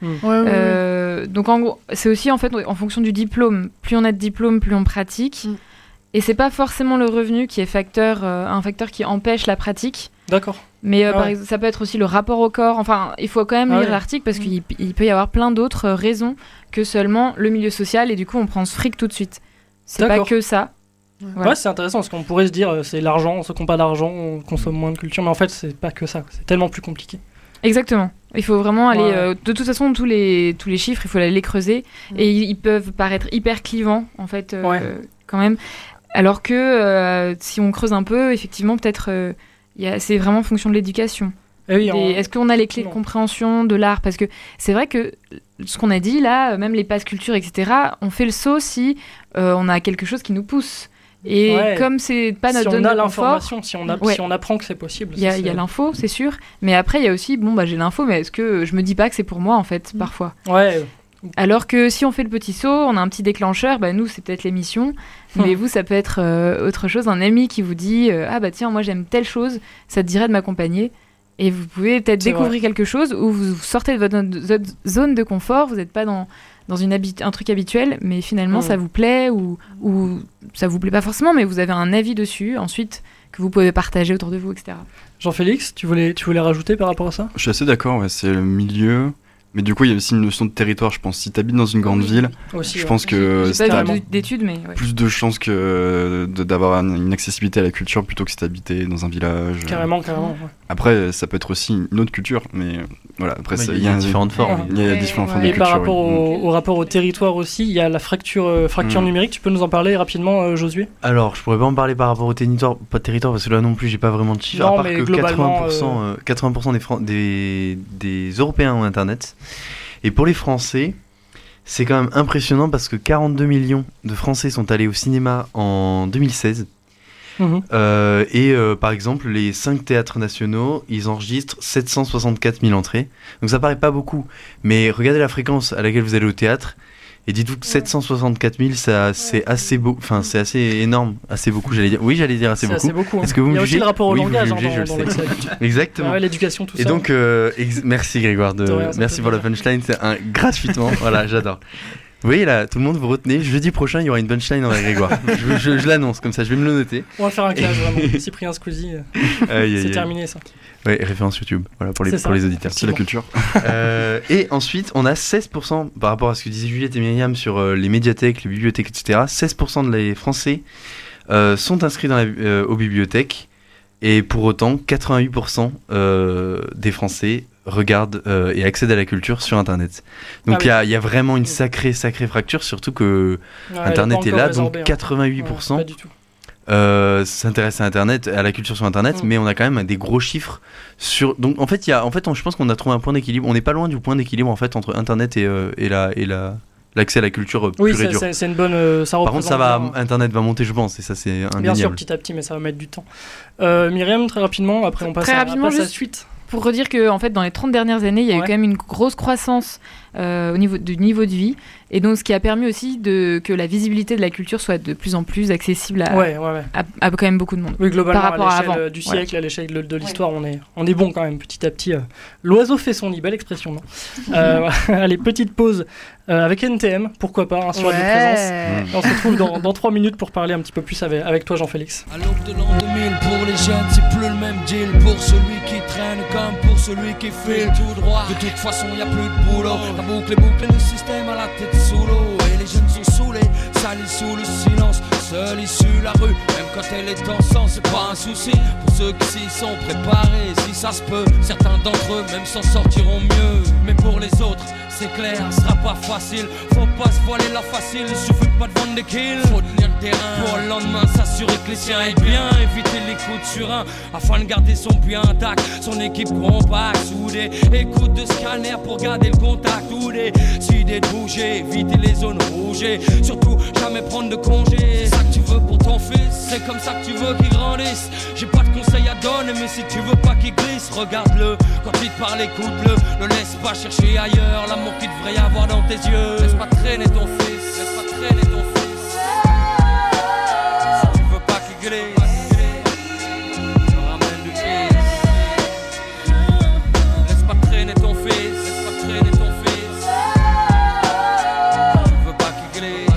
Donc en gros, c'est aussi en fait en fonction du diplôme. Plus on a de diplômes, plus on pratique. Et c'est pas forcément le revenu qui est un facteur qui empêche la pratique. D'accord. Mais par exemple, ça peut être aussi le rapport au corps. Enfin, il faut quand même lire l'article parce qu'il peut y avoir plein d'autres raisons que seulement le milieu social. Et du coup, on prend ce fric tout de suite. C'est pas que ça. Voilà. Ouais, c'est intéressant parce qu'on pourrait se dire c'est l'argent, ceux qui n'ont pas d'argent, on consomme moins de culture. Mais en fait, c'est pas que ça. C'est tellement plus compliqué. Exactement. Il faut vraiment aller... de toute façon, tous les chiffres, il faut aller les creuser. Et ils peuvent paraître hyper clivants, en fait, quand même. Alors que si on creuse un peu, effectivement, peut-être... c'est vraiment en fonction de l'éducation. Est-ce qu'on a les clés de compréhension de l'art? Parce que c'est vrai que ce qu'on a dit là, même les passes culture, etc., on fait le saut si on a quelque chose qui nous pousse. Et comme c'est pas notre zone de confort... Si on apprend que c'est possible. Il y a l'info, c'est sûr. Mais après, il y a aussi, j'ai l'info, mais est-ce que je me dis pas que c'est pour moi, en fait, parfois? Ouais. Alors que si on fait le petit saut, on a un petit déclencheur, nous c'est peut-être l'émission, mais vous ça peut être autre chose, un ami qui vous dit tiens moi j'aime telle chose, ça te dirait de m'accompagner, et vous pouvez peut-être découvrir quelque chose où vous sortez de votre zone de confort, vous n'êtes pas dans un truc habituel, mais finalement ça vous plaît ou ça vous plaît pas forcément, mais vous avez un avis dessus ensuite que vous pouvez partager autour de vous, etc. Jean-Félix, tu voulais rajouter par rapport à ça? Je suis assez d'accord, c'est le milieu. Mais du coup, il y a aussi une notion de territoire, je pense. Si tu habites dans une grande ville, je pense que c'est pas d'études, mais plus de chances que d'avoir une accessibilité à la culture plutôt que si tu habitais dans un village. Carrément. Ouais. Après, ça peut être aussi une autre culture, mais voilà. Après, il y a différentes formes. Il y a différentes formes de culture. Et par rapport au rapport au territoire aussi, il y a la fracture numérique. Tu peux nous en parler rapidement, Josué? Alors, je pourrais pas en parler par rapport au territoire, parce que là non plus, j'ai pas vraiment de chiffres. À part que 80% des Européens ont Internet. Et pour les Français, c'est quand même impressionnant parce que 42 millions de Français sont allés au cinéma en 2016. Par exemple, les 5 théâtres nationaux, ils enregistrent 764 000 entrées. Donc ça paraît pas beaucoup, mais regardez la fréquence à laquelle vous allez au théâtre. Et dites-vous que 764 000, c'est assez beau, enfin c'est assez énorme, assez beaucoup, j'allais dire. Oui, j'allais dire assez beaucoup. Assez beaucoup. Est-ce que vous me jugez? Il y a aussi le rapport au langage, je le sais. Exactement. L'éducation, tout ça. Et donc, merci Grégoire, merci pour la punchline, c'est gratuitement, voilà, j'adore. Vous voyez là, tout le monde vous retenez. Jeudi prochain, il y aura une punchline avec Grégoire. je l'annonce comme ça, je vais me le noter. On va faire un clash vraiment. Cyprien Squeezie, c'est terminé ça. Oui, référence YouTube, voilà pour les auditeurs. C'est la culture. Et ensuite, on a 16%, par rapport à ce que disaient Juliette et Myriam sur les médiathèques, les bibliothèques, etc. 16% des Français sont inscrits aux bibliothèques. Et pour autant, 88% des Français regardent et accèdent à la culture sur Internet. Donc il y a vraiment une sacrée fracture, surtout que Internet est là, donc 88% s'intéressent à Internet, à la culture sur Internet, mais on a quand même des gros chiffres sur. Donc en fait, je pense qu'on a trouvé un point d'équilibre. On n'est pas loin du point d'équilibre en fait entre Internet et l'accès à la culture pure et dure. C'est une bonne. Ça Par contre, Internet va monter, je pense, et ça c'est indéniable. Bien sûr, petit à petit, mais ça va mettre du temps. Myriam, très rapidement, après on passe à la suite. Pour redire que en fait, dans les 30 dernières années, il y a eu quand même une grosse croissance au niveau du niveau de vie, et donc ce qui a permis aussi que la visibilité de la culture soit de plus en plus accessible à quand même beaucoup de monde. Oui, globalement, par rapport à l'échelle du siècle, à l'échelle de l'histoire, on est bon quand même, petit à petit. L'oiseau fait son nid, belle expression, non Allez, petite pause avec NTM, pourquoi pas, sur Radio Présence. On se retrouve dans 3 minutes pour parler un petit peu plus avec toi, Jean-Félix. À l'aube de l'an 2000, pour les jeunes, c'est plus le même deal. Pour celui qui traîne comme pour celui qui file tout droit. De toute façon, y a plus de boulot. La boucle est bouclée, le système à la tête sous l'eau. Et les jeunes sont saoulés, salis sous le silence. Seule issue la rue, même quand elle est en sang, c'est pas un souci. Pour ceux qui s'y sont préparés, si ça se peut, certains d'entre eux même s'en sortiront mieux. Mais pour les autres, c'est clair, ce sera pas facile. Faut pas se voiler la facile, il suffit pas de vendre des kills. Faut tenir le terrain pour le lendemain, s'assurer que les siens aient bien. Éviter les coups de surin afin de garder son puits intact. Son équipe compacte, soudée. Écoute de scanner pour garder le contact. Ou décider de bouger, éviter les zones rouges. Surtout jamais prendre de congé. C'est ça que tu veux pour ton fils, c'est comme ça que tu veux qu'il grandisse. J'ai pas de conseils à donner, mais si tu veux pas qu'il glisse, regarde-le. Quand il te parle, écoute-le. Ne laisse pas chercher ailleurs l'amour qu'il devrait y avoir dans tes yeux. Laisse pas traîner ton fils, laisse pas traîner ton fils. Si tu veux pas qu'il glisse, ramène du fils. Laisse pas traîner ton fils, laisse pas traîner ton fils. Si tu veux pas qu'il glisse.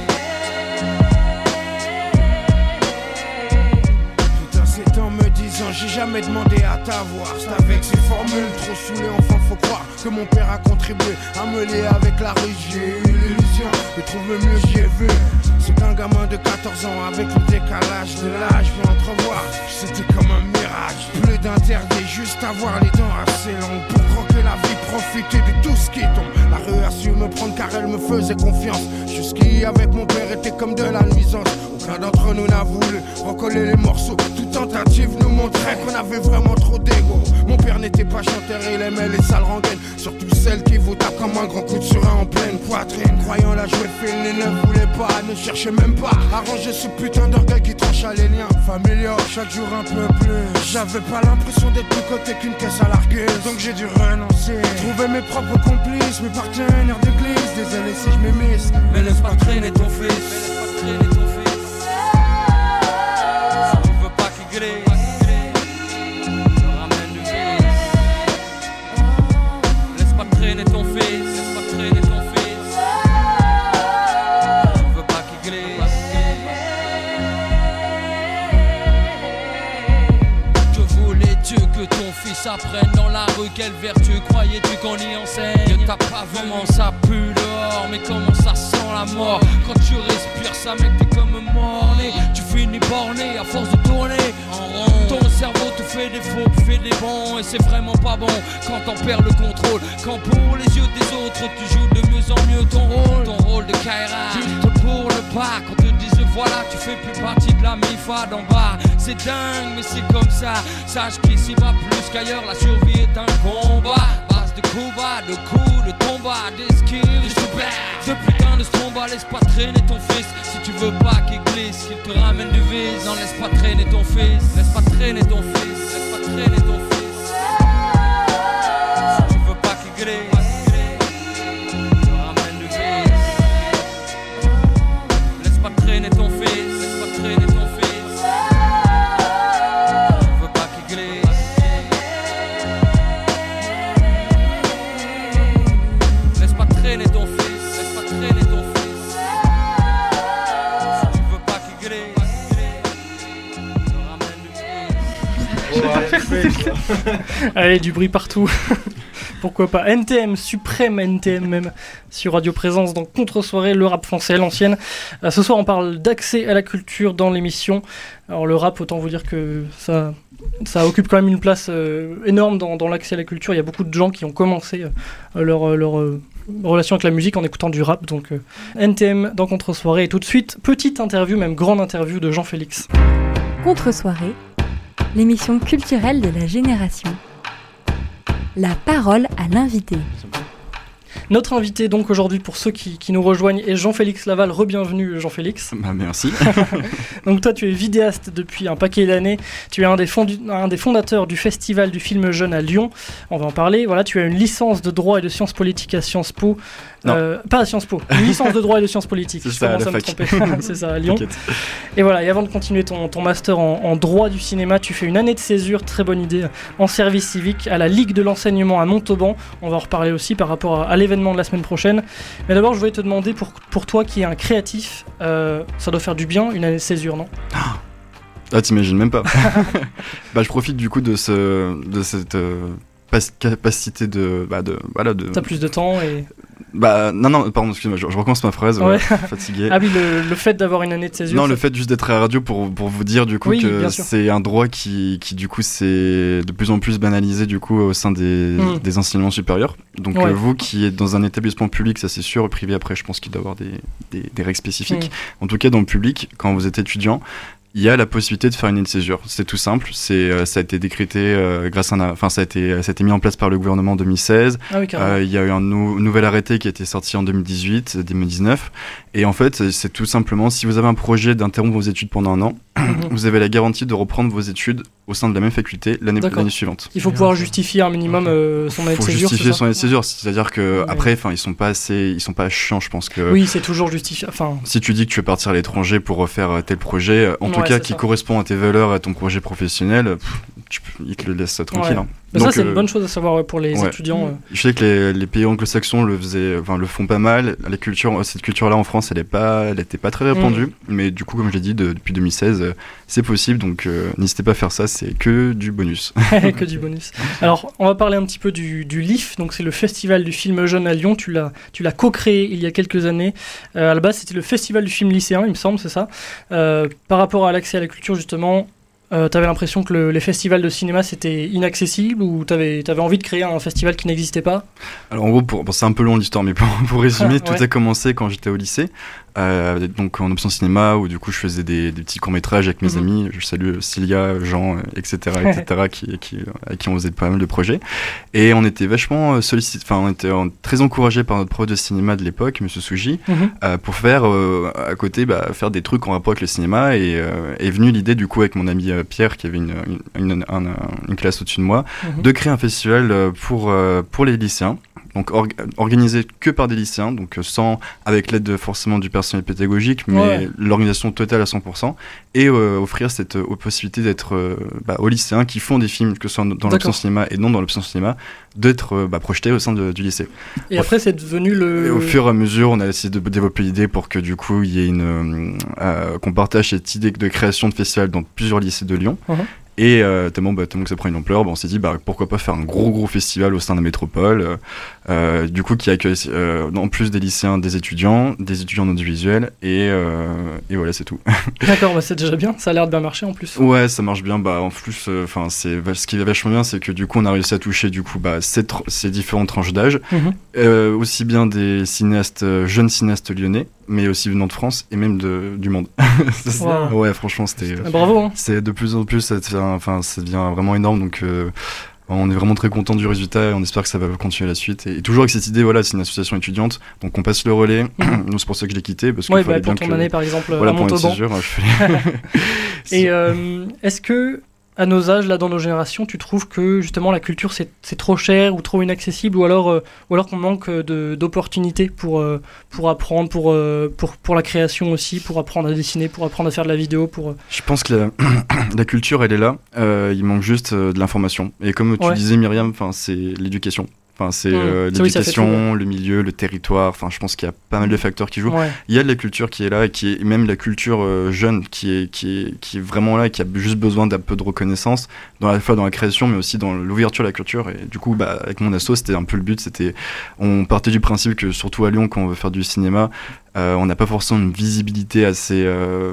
Tout un 7 ans me disant j'ai jamais demandé à t'avoir. C'est avec ces formules trop saoulées, enfin faut croire que mon père a contribué à me lier avec la rue. J'ai eu l'illusion de trouver mieux, j'y ai vu. C'est qu'un gamin de 14 ans avec le décalage de l'âge peut entrevoir. C'était comme un mirage, plus d'interdit, juste avoir les dents assez longues pour croquer la vie, profiter de tout ce qui tombe. La rue a su me prendre car elle me faisait confiance. Jusqu'ici avec mon père était comme de la nuisance. Aucun d'entre nous n'a voulu recoller les morceaux. Toute tentative nous montrait qu'on avait vraiment trop d'ego. Mon père n'était pas chanteur, il aimait les sales rengaines. Surtout celles qui vous tapent comme un grand coup de surin en pleine poitrine. Croyant la jouer fine, il ne voulait pas, ne cherchait même pas à ranger ce putain d'orgueil qui trancha les liens familiaux. Chaque jour un peu plus, j'avais pas l'impression d'être plus côté qu'une caisse à largueuse. Donc j'ai dû renoncer, trouver mes propres complices, mes partenaires d'église. Désolé si je m'émisse, mais laisse pas traîner ton fils, mais laisse pas traîner ton fils. Si tu veux pas qu'il glisse, ramène du fils. Laisse pas traîner ton fils, laisse pas traîner ton fils. Si tu veux pas qu'il glisse. Que voulais-tu que ton fils apprenne dans la rue? Quelle vertu croyais-tu qu'on y enseigne? T'as pas vraiment ça pue dehors, mais comment ça sent la mort? Quand tu respires ça mec t'es comme mort-né. Tu finis borné à force de tourner en rond. Ton cerveau te fait des faux, fait des bons. Et c'est vraiment pas bon quand t'en perds le contrôle. Quand pour les yeux des autres tu joues de mieux en mieux ton rôle de Kaira. Juste pour le pas, quand te disent voilà tu fais plus partie de la MIFA d'en bas. C'est dingue mais c'est comme ça. Sache qu'ici va plus qu'ailleurs, la survie est un combat. Base de coups bas, de coups, de combat, d'esquive, de putain de stromba. Laisse pas traîner ton fils si tu veux pas qu'il glisse, qu'il te ramène du vice. Non laisse pas traîner ton fils, laisse pas traîner ton fils, laisse pas traîner ton fils. Si tu veux pas qu'il glisse, ramène du vice. Laisse pas traîner ton fils, laisse pas traîner ton fils. Si tu veux pas qu'il glisse. Laisse pas traîner ton fils, laisse pas traîner ton fils. Si tu veux pas qu'il glisse, ramène du fils. Allez, du bruit partout. Pourquoi pas. NTM, suprême NTM même, sur Radio Présence dans Contre-soirée, le rap français à l'ancienne. Ce soir, on parle d'accès à la culture dans l'émission. Alors le rap, autant vous dire que ça occupe quand même une place énorme dans l'accès à la culture. Il y a beaucoup de gens qui ont commencé leur relation avec la musique en écoutant du rap. Donc NTM dans Contre-soirée. Et tout de suite, petite interview, même grande interview de Jean-Félix. Contre-soirée, l'émission culturelle de la génération. La parole à l'invité. Notre invité donc aujourd'hui pour ceux qui nous rejoignent est Jean-Félix Laval. Re-bienvenue Jean-Félix. Merci. Donc toi tu es vidéaste depuis un paquet d'années. Tu es un des fondateurs du festival du film jeune à Lyon. On va en parler. Voilà, tu as une licence de droit et de sciences politiques à Sciences Po. Pas à Sciences Po, une licence de droit et de sciences politiques. C'est ça, à la fac. C'est ça, à Lyon. Et voilà, et avant de continuer ton master en droit du cinéma, tu fais une année de césure, très bonne idée, en service civique à la Ligue de l'enseignement à Montauban. On va en reparler aussi par rapport à l'événement de la semaine prochaine. Mais d'abord, je voulais te demander, pour toi qui es un créatif, ça doit faire du bien, une année de césure, non ? Ah, t'imagines même pas. Je profite du coup de cette capacité T'as plus de temps et... non, pardon, excuse-moi, je recommence ma phrase, ouais. Fatigué. Ah oui, le fait d'avoir une année de césure... Non, le fait juste d'être à la radio pour vous dire du coup que c'est un droit qui du coup c'est de plus en plus banalisé du coup au sein des enseignements supérieurs. Donc vous qui êtes dans un établissement public, ça c'est sûr, privé après je pense qu'il doit y avoir des règles spécifiques. En tout cas dans le public, quand vous êtes étudiant, il y a la possibilité de faire une année de césure. C'est tout simple. Ça a été décrété ça a été mis en place par le gouvernement en 2016. Ah oui, il y a eu un nouvel arrêté qui a été sorti en 2018-2019. Et en fait, c'est tout simplement, si vous avez un projet d'interrompre vos études pendant un an, vous avez la garantie de reprendre vos études au sein de la même faculté l'année suivante. Il faut pouvoir justifier un minimum son année de césure. Il faut justifier son année de césure, c'est-à-dire que après, ils sont pas chiants, je pense que. Oui, c'est toujours justifié. Si tu dis que tu veux partir à l'étranger pour refaire tel projet, en tout cas qui correspond à tes valeurs, à ton projet professionnel, ils te le laissent tranquille. Donc, ça, c'est une bonne chose à savoir pour les étudiants. Je sais que les pays anglo-saxons le font pas mal. Cette culture-là en France, elle était pas très répandue, mais du coup, comme je l'ai dit, depuis 2016, c'est possible. Donc, n'hésitez pas à faire ça. C'est que du bonus. Que du bonus. Alors, on va parler un petit peu du LIF. Donc, c'est le festival du film jeune à Lyon. Tu l'as co-créé il y a quelques années. À la base, c'était le festival du film lycéen, il me semble, c'est ça. Par rapport à l'accès à la culture, justement. T'avais l'impression que les festivals de cinéma c'était inaccessible ou t'avais envie de créer un festival qui n'existait pas ? Alors en gros, c'est un peu long l'histoire, mais pour résumer, tout a commencé quand j'étais au lycée, donc en option cinéma où du coup je faisais des petits courts-métrages avec mes amis, je salue Cilia, Jean, etc. avec qui on faisait pas mal de projets, et on était vachement sollicités, on était très encouragés par notre prof de cinéma de l'époque, Monsieur Souji, pour faire à côté, faire des trucs en rapport avec le cinéma, et est venue l'idée du coup avec mon ami Pierre qui avait une classe au-dessus de moi, de créer un festival pour les lycéens, donc organisé que par des lycéens, donc sans avec l'aide forcément du personnel pédagogique, mais l'organisation totale à 100%, et offrir cette possibilité d'être aux lycéens qui font des films, que ce soit dans l'option cinéma et non dans l'option cinéma, d'être projetés au sein du lycée. Et après c'est devenu Et au fur et à mesure, on a essayé de développer l'idée pour que du coup il y ait qu'on partage cette idée de création de festival dans plusieurs lycées de Lyon. Et tellement que ça prend une ampleur, on s'est dit pourquoi pas faire un gros festival au sein de la métropole, du coup qui accueille en plus des lycéens, des étudiants en audiovisuel, et voilà, c'est tout. D'accord, c'est déjà bien, ça a l'air de bien marcher en plus. Ouais, ça marche bien, en plus ce qui est vachement bien, c'est que du coup on a réussi à toucher du coup ces différentes tranches d'âge, aussi bien des jeunes cinéastes lyonnais, mais aussi venant de France et même du monde. Ouais, franchement, c'était. Bravo. C'est de plus en plus, ça devient vraiment énorme. Donc, on est vraiment très content du résultat et on espère que ça va continuer la suite. Et toujours avec cette idée, c'est une association étudiante, donc on passe le relais. Nous, c'est pour ça que je l'ai quitté, parce qu'il fallait bien pour ton année, par exemple, à Montauban. Et est-ce que à nos âges, là, dans nos générations, tu trouves que justement la culture c'est trop cher ou trop inaccessible, ou alors qu'on manque d'opportunités pour apprendre, pour la création aussi, pour apprendre à dessiner, pour apprendre à faire de la vidéo, Je pense que la culture, elle est là. Il manque juste de l'information. Et comme tu disais, Myriam, c'est l'éducation. Enfin, c'est l'éducation, le milieu, le territoire. Enfin, je pense qu'il y a pas mal de facteurs qui jouent. Ouais. Il y a de la culture qui est là, et même la culture jeune qui est vraiment là, et qui a juste besoin d'un peu de reconnaissance, à la fois dans la création, mais aussi dans l'ouverture de la culture. Et du coup, avec mon asso, c'était un peu le but. On partait du principe que, surtout à Lyon, quand on veut faire du cinéma, on n'a pas forcément une visibilité assez,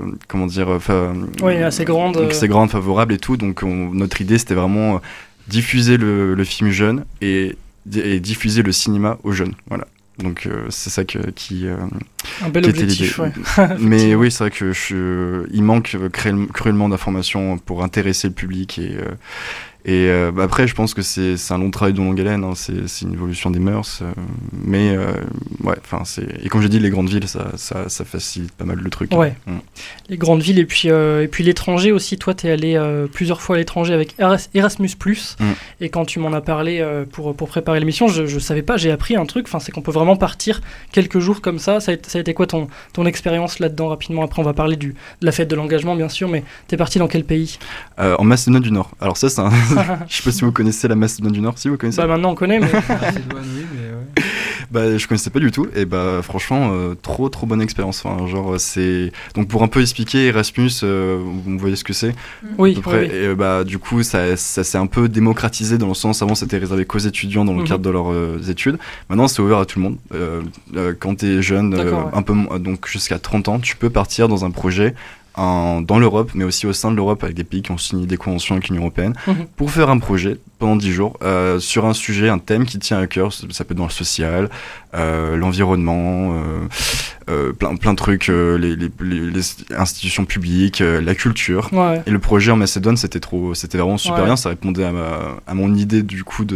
assez grande, favorable et tout. Donc, notre idée, c'était vraiment diffuser le film jeune et diffuser le cinéma aux jeunes. Voilà. Donc c'est ça qui un bel objectif, ouais. Mais oui, c'est vrai que il manque cruellement d'informations pour intéresser le public et après, je pense que c'est un long travail de longue haleine, hein, c'est une évolution des mœurs, mais ouais, enfin et comme j'ai dit, les grandes villes, ça facilite pas mal le truc. Ouais. Les grandes villes et puis l'étranger aussi. Toi, t'es allé plusieurs fois à l'étranger avec Erasmus+. Et quand tu m'en as parlé pour préparer l'émission, je savais pas, j'ai appris un truc. Enfin, c'est qu'on peut vraiment partir quelques jours comme ça. Ça a été quoi ton expérience là-dedans rapidement? Après, on va parler de la fête de l'engagement, bien sûr, mais t'es parti dans quel pays? En Macédoine du Nord. Alors ça, c'est un je sais pas si vous connaissez la Macédoine du Nord. Si vous connaissez? Maintenant on connaît, mais je connaissais pas du tout. Et franchement, trop bonne expérience. Enfin, genre donc pour un peu expliquer Erasmus, vous voyez ce que c'est? Oui. À peu près. Oui. Et du coup, ça s'est un peu démocratisé dans le sens, avant c'était réservé qu'aux étudiants dans le cadre de leurs études. Maintenant, c'est ouvert à tout le monde. Quand t'es jeune, un peu donc jusqu'à 30 ans, tu peux partir dans un projet dans l'Europe, mais aussi au sein de l'Europe, avec des pays qui ont signé des conventions avec l'Union européenne, pour faire un projet pendant 10 jours sur un sujet, un thème qui tient à cœur. Ça peut être dans le social, l'environnement, plein de trucs, les institutions publiques, la culture. Ouais. Et le projet en Macédoine, c'était vraiment super bien. Ça répondait à mon idée du coup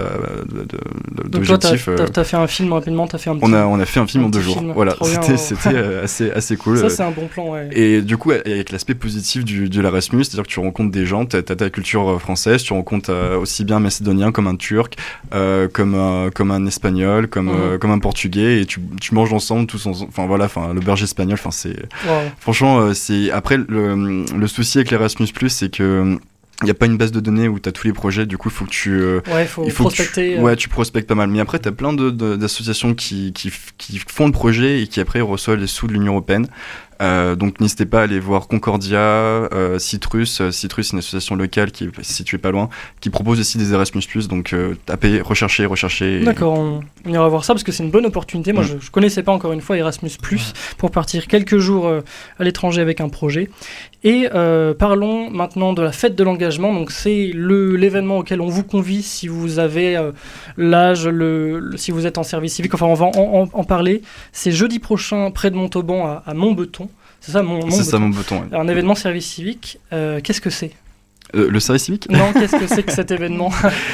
d'objectif. Donc toi, t'as fait un film rapidement, on a fait un film en 2 jours. Voilà, c'était assez cool. Ça, c'est un bon plan, ouais. Et du coup, avec l'aspect positif de l'Erasmus, c'est-à-dire que tu rencontres des gens, t'as ta culture française, tu rencontres aussi bien un macédonien comme un turc, comme un espagnol, comme un portugais, et tu manges ensemble tous ensemble. Enfin voilà, l'auberge espagnole, franchement, c'est après le souci avec l'Erasmus+, c'est que il n'y a pas une base de données où tu as tous les projets, du coup il faut que tu prospecter. Tu prospectes pas mal, mais après tu as plein d'associations qui font le projet et qui après reçoivent les sous de l'Union européenne. Donc n'hésitez pas à aller voir Concordia, Citrus. Citrus, c'est une association locale qui est située pas loin, qui propose aussi des Erasmus+. Donc tapez, recherchez. D'accord, on ira voir ça parce que c'est une bonne opportunité. Moi, je connaissais pas encore une fois Erasmus+, pour partir quelques jours à l'étranger avec un projet. Et parlons maintenant de la fête de l'engagement. Donc c'est l'événement auquel on vous convie si vous avez l'âge, si vous êtes en service civique. Enfin, on va en parler. C'est jeudi prochain près de Montauban à Montbeton. C'est ça, Montbeton. Ouais. Un événement service civique. Qu'est-ce que c'est? Le service civique? Non, qu'est-ce que c'est que cet événement?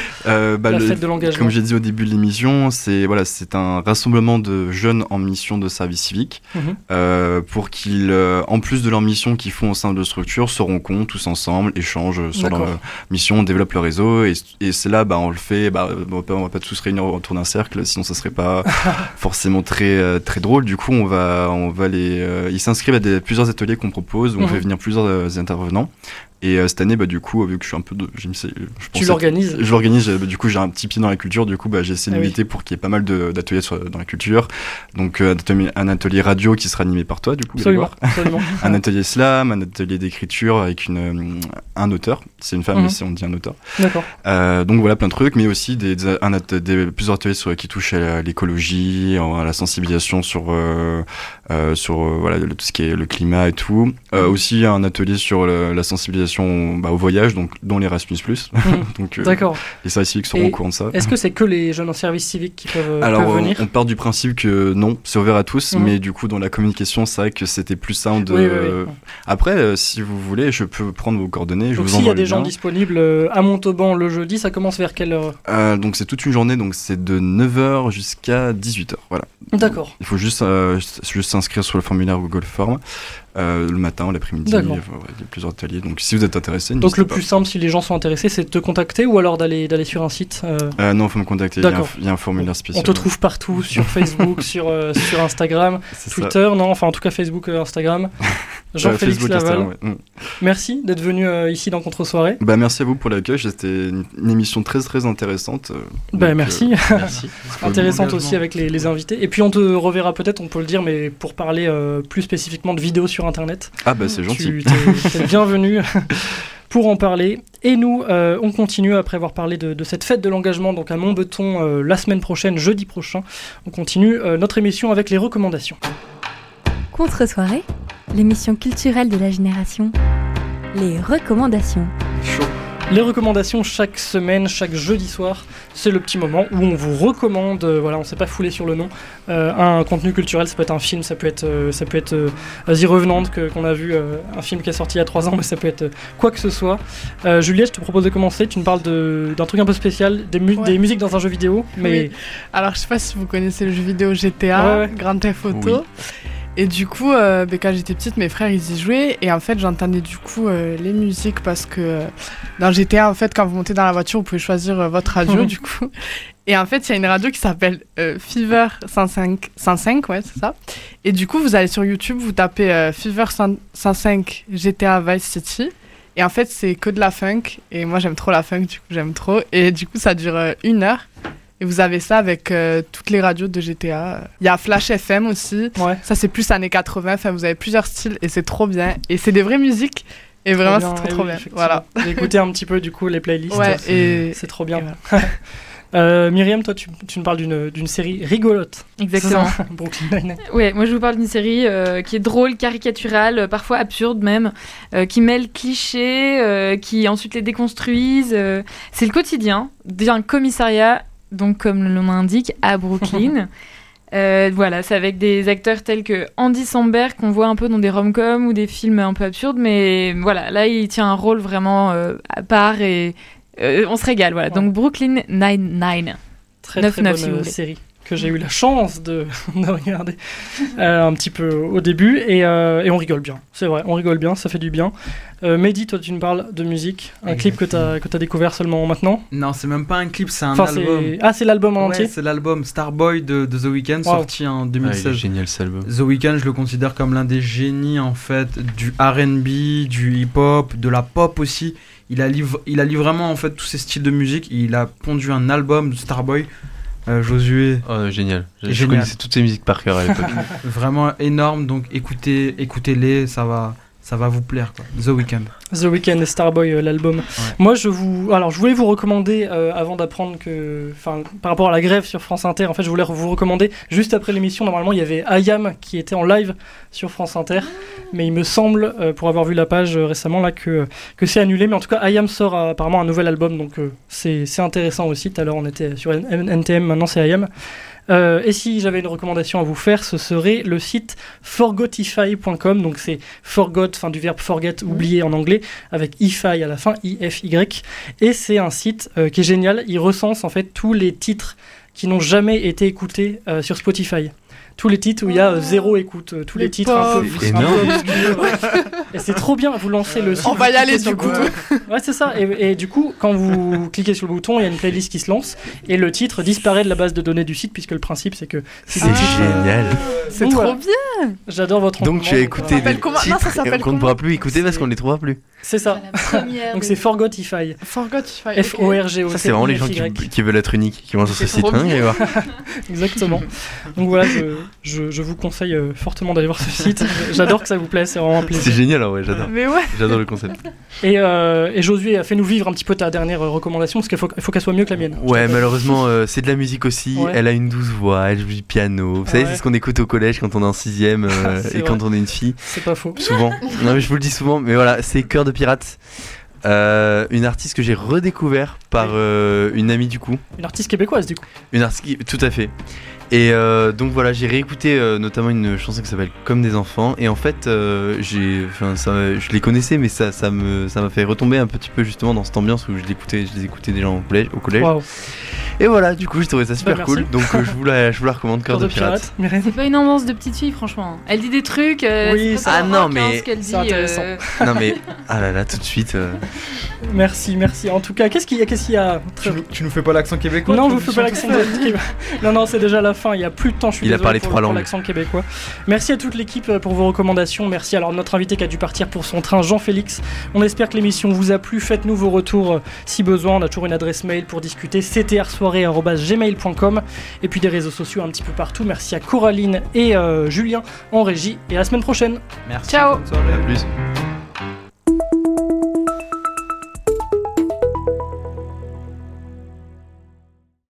La fête de l'engagement. Comme j'ai dit au début de l'émission, c'est un rassemblement de jeunes en mission de service civique pour qu'ils, en plus de leur mission qu'ils font au sein de structures, se rencontrent tous ensemble, échangent sur leur mission, développent le réseau et c'est là, on le fait, on va pas tous réunir autour d'un cercle, sinon ça serait pas forcément très drôle. Du coup, on va ils s'inscrivent à plusieurs ateliers qu'on propose où on fait venir plusieurs intervenants. Et cette année, du coup, vu que je suis un peu tu l'organises? Je l'organise, du coup, j'ai un petit pied dans la culture, du coup, j'ai essayé de m'inviter pour qu'il y ait pas mal d'ateliers dans la culture. Donc, un atelier radio qui sera animé par toi, du coup. Absolument. Un atelier slam, un atelier d'écriture avec un auteur. C'est une femme, mais on dit un auteur. D'accord. Donc, voilà, plein de trucs, mais aussi plusieurs ateliers qui touchent à l'écologie, à la sensibilisation sur tout ce qui est le climat et tout. Aussi, un atelier sur la sensibilisation au voyage, dont l'Erasmus+. Donc, d'accord. Les services civiques seront au courant de ça. Est-ce que c'est que les jeunes en service civique qui peuvent venir? On part du principe que non, c'est ouvert à tous, mais du coup, dans la communication, c'est vrai que c'était plus simple Oui. Après, si vous voulez, je peux prendre vos coordonnées. Donc, s'il y a des gens disponibles à Montauban le jeudi, ça commence vers quelle heure? Donc, c'est toute une journée, donc c'est de 9h jusqu'à 18h. Voilà. D'accord. Il faut juste s'inscrire sur le formulaire Google Form. Le matin, l'après-midi, il y a plusieurs ateliers. Donc, si vous êtes intéressé, donc le plus simple, si les gens sont intéressés, c'est de te contacter ou alors d'aller sur un site. Non, il faut me contacter. Il y a un formulaire spécial. On te trouve partout, sur Facebook, sur Instagram, Twitter. Non, enfin en tout cas Facebook, Instagram. Jean-Félix Laval. Merci d'être venu ici dans Contre-soirée. Merci à vous pour l'accueil, c'était une émission très très intéressante. Merci. Intéressante aussi avec les invités. Et puis on te reverra peut-être, on peut le dire, mais pour parler plus spécifiquement de vidéos sur Internet. C'est gentil. T'es bienvenu pour en parler. Et nous, on continue après avoir parlé de cette fête de l'engagement, donc à Montbeton la semaine prochaine, jeudi prochain. On continue notre émission avec les recommandations. Contre-soirée, l'émission culturelle de la génération. Les recommandations. Chaud. Les recommandations chaque semaine, chaque jeudi soir, c'est le petit moment où on vous recommande, on s'est pas foulé sur le nom, un contenu culturel, ça peut être un film, ça peut être The Revenant qu'on a vu, un film qui est sorti il y a 3 ans, mais ça peut être quoi que ce soit. Juliette, je te propose de commencer, tu me parles d'un truc un peu spécial, des musiques dans un jeu vidéo. Mais... Oui. Alors je sais pas si vous connaissez le jeu vidéo GTA, Grand Theft Auto. Oui. Et du coup, quand j'étais petite, mes frères, ils y jouaient. Et en fait, j'entendais du coup les musiques parce que dans GTA, en fait, quand vous montez dans la voiture, vous pouvez choisir votre radio, du coup. Et en fait, il y a une radio qui s'appelle Fever 105, ouais, c'est ça. Et du coup, vous allez sur YouTube, vous tapez Fever 105 GTA Vice City. Et en fait, c'est que de la funk. Et moi, j'aime trop la funk, du coup, j'aime trop. Et du coup, ça dure 1 heure. Et vous avez ça avec toutes les radios de GTA. Il y a Flash FM aussi. Ouais. Ça, c'est plus années 80. Enfin, vous avez plusieurs styles et c'est trop bien. Et c'est des vraies musiques. Et vraiment, bien, c'est trop bien. Voilà. J'ai écouté un petit peu, du coup, les playlists. Ouais, c'est trop bien. Myriam, toi, tu me parles d'une série rigolote. Exactement. Brooklyn Nine-Nine. Ouais, moi, je vous parle d'une série qui est drôle, caricaturale, parfois absurde même, qui mêle clichés, qui ensuite les déconstruisent. C'est le quotidien d'un commissariat, donc comme le nom indique, à Brooklyn. C'est avec des acteurs tels que Andy Samberg, qu'on voit un peu dans des rom-coms ou des films un peu absurdes, mais voilà, là il tient un rôle vraiment à part et on se régale. Voilà. Ouais. Donc Brooklyn Nine-Nine. Très bonne série que j'ai eu la chance de regarder un petit peu au début et on rigole bien, c'est vrai, on rigole bien, ça fait du bien. Mehdi, toi tu me parles de musique, un clip que t'as découvert seulement maintenant? Non, c'est même pas un clip, c'est un album. C'est l'album en entier? C'est l'album Starboy de The Weeknd, sorti en 2016. Il est génial cet album. The Weeknd, je le considère comme l'un des génies en fait du R&B, du hip-hop, de la pop aussi. Il allie vraiment en fait tous ces styles de musique. Il a pondu un album de Starboy. Josué. Génial. Je connaissais toutes ces musiques par cœur à l'époque. Vraiment énorme, donc écoutez-les, ça va vous plaire, quoi. The Weeknd et Starboy, l'album. Ouais. Moi, je voulais vous recommander, avant d'apprendre par rapport à la grève sur France Inter, en fait, je voulais vous recommander, juste après l'émission, normalement, il y avait IAM qui était en live sur France Inter, mais il me semble, pour avoir vu la page récemment, là, que c'est annulé, mais en tout cas, IAM sort apparemment un nouvel album, donc c'est intéressant aussi. Tout à l'heure, on était sur NTM, maintenant c'est IAM. Et si j'avais une recommandation à vous faire, ce serait le site forgotify.com, donc c'est forgot, du verbe forget, oublier en anglais, avec ify à la fin, I-F-Y, et c'est un site qui est génial, il recense en fait tous les titres qui n'ont jamais été écoutés sur Spotify. Tous les titres où il y a 0 écoute, tous les titres un peu obscurs. Et c'est trop bien, vous lancez le site. On va y aller du coup. Ouais, c'est ça. Et du coup, quand vous cliquez sur le bouton, il y a une playlist qui se lance et le titre disparaît de la base de données du site, puisque le principe c'est que c'est génial. C'est trop bien. J'adore votre Donc tu as écouté des titres qu'on ne pourra plus écouter parce qu'on ne les trouvera plus. C'est ça. Donc c'est Forgotify. F-O-R-G-O. Ça, c'est vraiment les gens qui veulent être uniques qui vont sur ce site. Exactement. Donc voilà, je vous conseille fortement d'aller voir ce site. J'adore que ça vous plaise, c'est vraiment un plaisir. C'est génial, ouais, j'adore. Mais ouais. J'adore le concept. Et Josué, fais-nous vivre un petit peu ta dernière recommandation, parce qu'il faut qu'elle soit mieux que la mienne. Ouais, malheureusement, c'est de la musique aussi. Ouais. Elle a une douce voix, elle joue du piano. Vous savez, c'est ce qu'on écoute au collège quand on est en 6ème et quand on est une fille. C'est pas faux. Souvent. Non, mais je vous le dis souvent, mais voilà, c'est Cœur de Pirate. Une artiste que j'ai redécouvert par une amie du coup. Une artiste québécoise du coup. Une artiste tout à fait. Et donc voilà, j'ai réécouté notamment une chanson qui s'appelle Comme des enfants. Et en fait, je les connaissais, mais ça m'a fait retomber un petit peu justement dans cette ambiance où je les écoutais déjà au collège. Wow. Et voilà, du coup, j'ai trouvé ça super cool. Donc, je vous la recommande, Cœur de pirate. C'est pas une ambiance de petite fille, franchement. Elle dit des trucs. Oui, c'est non, mais. Ce qu'elle dit, non, mais. Ah là là, tout de suite. Merci. En tout cas, qu'est-ce qu'il y a Tu nous fais pas l'accent québécois? Non, je vous fais pas l'accent québécois. Non, c'est déjà la fin. Il y a plus de temps. Je suis désolé a parlé pour 3 langues. L'accent québécois. Merci à toute l'équipe pour vos recommandations. Merci à notre invité qui a dû partir pour son train, Jean-Félix. On espère que l'émission vous a plu. Faites-nous vos retours si besoin. On a toujours une adresse mail pour discuter, ctrsoirée@gmail.com, et puis des réseaux sociaux un petit peu partout. Merci à Coraline et Julien en régie, et à la semaine prochaine. Merci. Ciao. À plus.